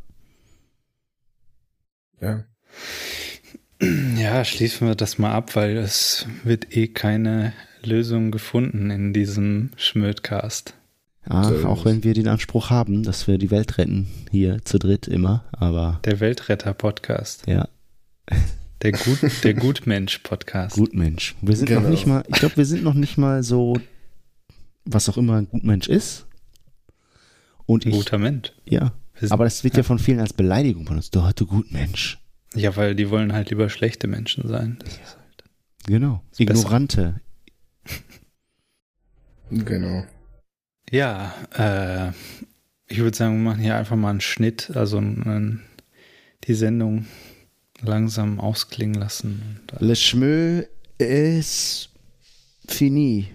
Ja. Ja, schließen wir das mal ab, weil es wird eh keine Lösung gefunden in diesem Schmödcast. Ja, So ist auch es. wenn wir den Anspruch haben, dass wir die Welt retten, hier zu dritt immer, aber Der Weltretter-Podcast. ja, Der Gut, der Gutmensch-Podcast. Gutmensch. Wir sind Genau. noch nicht mal, ich glaube, wir sind noch nicht mal so, was auch immer ein Gutmensch ist. Und Ein ich, guter Mensch. ja, Wir sind- aber das wird ja von vielen als Beleidigung benutzt. Du, du Gutmensch. Ja, weil die wollen halt lieber schlechte Menschen sein. Das ist halt Genau. Ist besser. Ignorante. Genau. ja, äh, ich würde sagen, wir machen hier einfach mal einen Schnitt, also einen, die Sendung langsam ausklingen lassen. Und, äh, Le Schmö ist fini.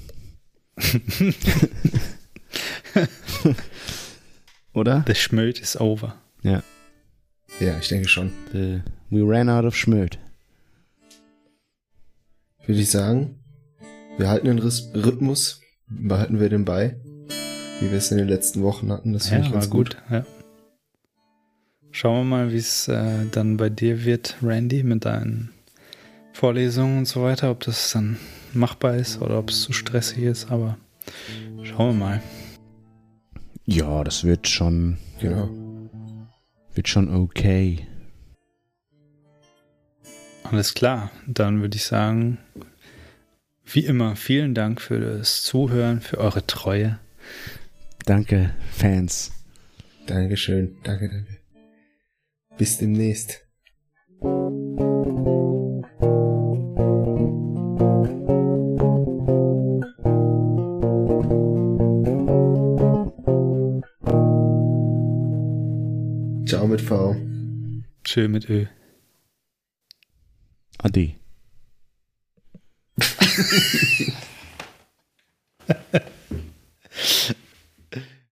Oder? The Schmöd is over. Ja. Ja, ich denke schon. The, we ran out of Schmöd. Würde ich sagen, wir halten den Riss- Rhythmus, behalten wir den bei, wie wir es in den letzten Wochen hatten. Das finde Ja, ich war ganz gut. gut. Ja. Schauen wir mal, wie es äh, dann bei dir wird, Randy, mit deinen Vorlesungen und so weiter, ob das dann machbar ist oder ob es zu stressig ist, aber schauen wir mal. Ja, das wird schon, Genau. wird schon okay. Alles klar, dann würde ich sagen, wie immer, vielen Dank für das Zuhören, für eure Treue. Danke, Fans. Dankeschön. Danke, danke. Bis demnächst. Ciao mit V. Chill mit Ö. Ade.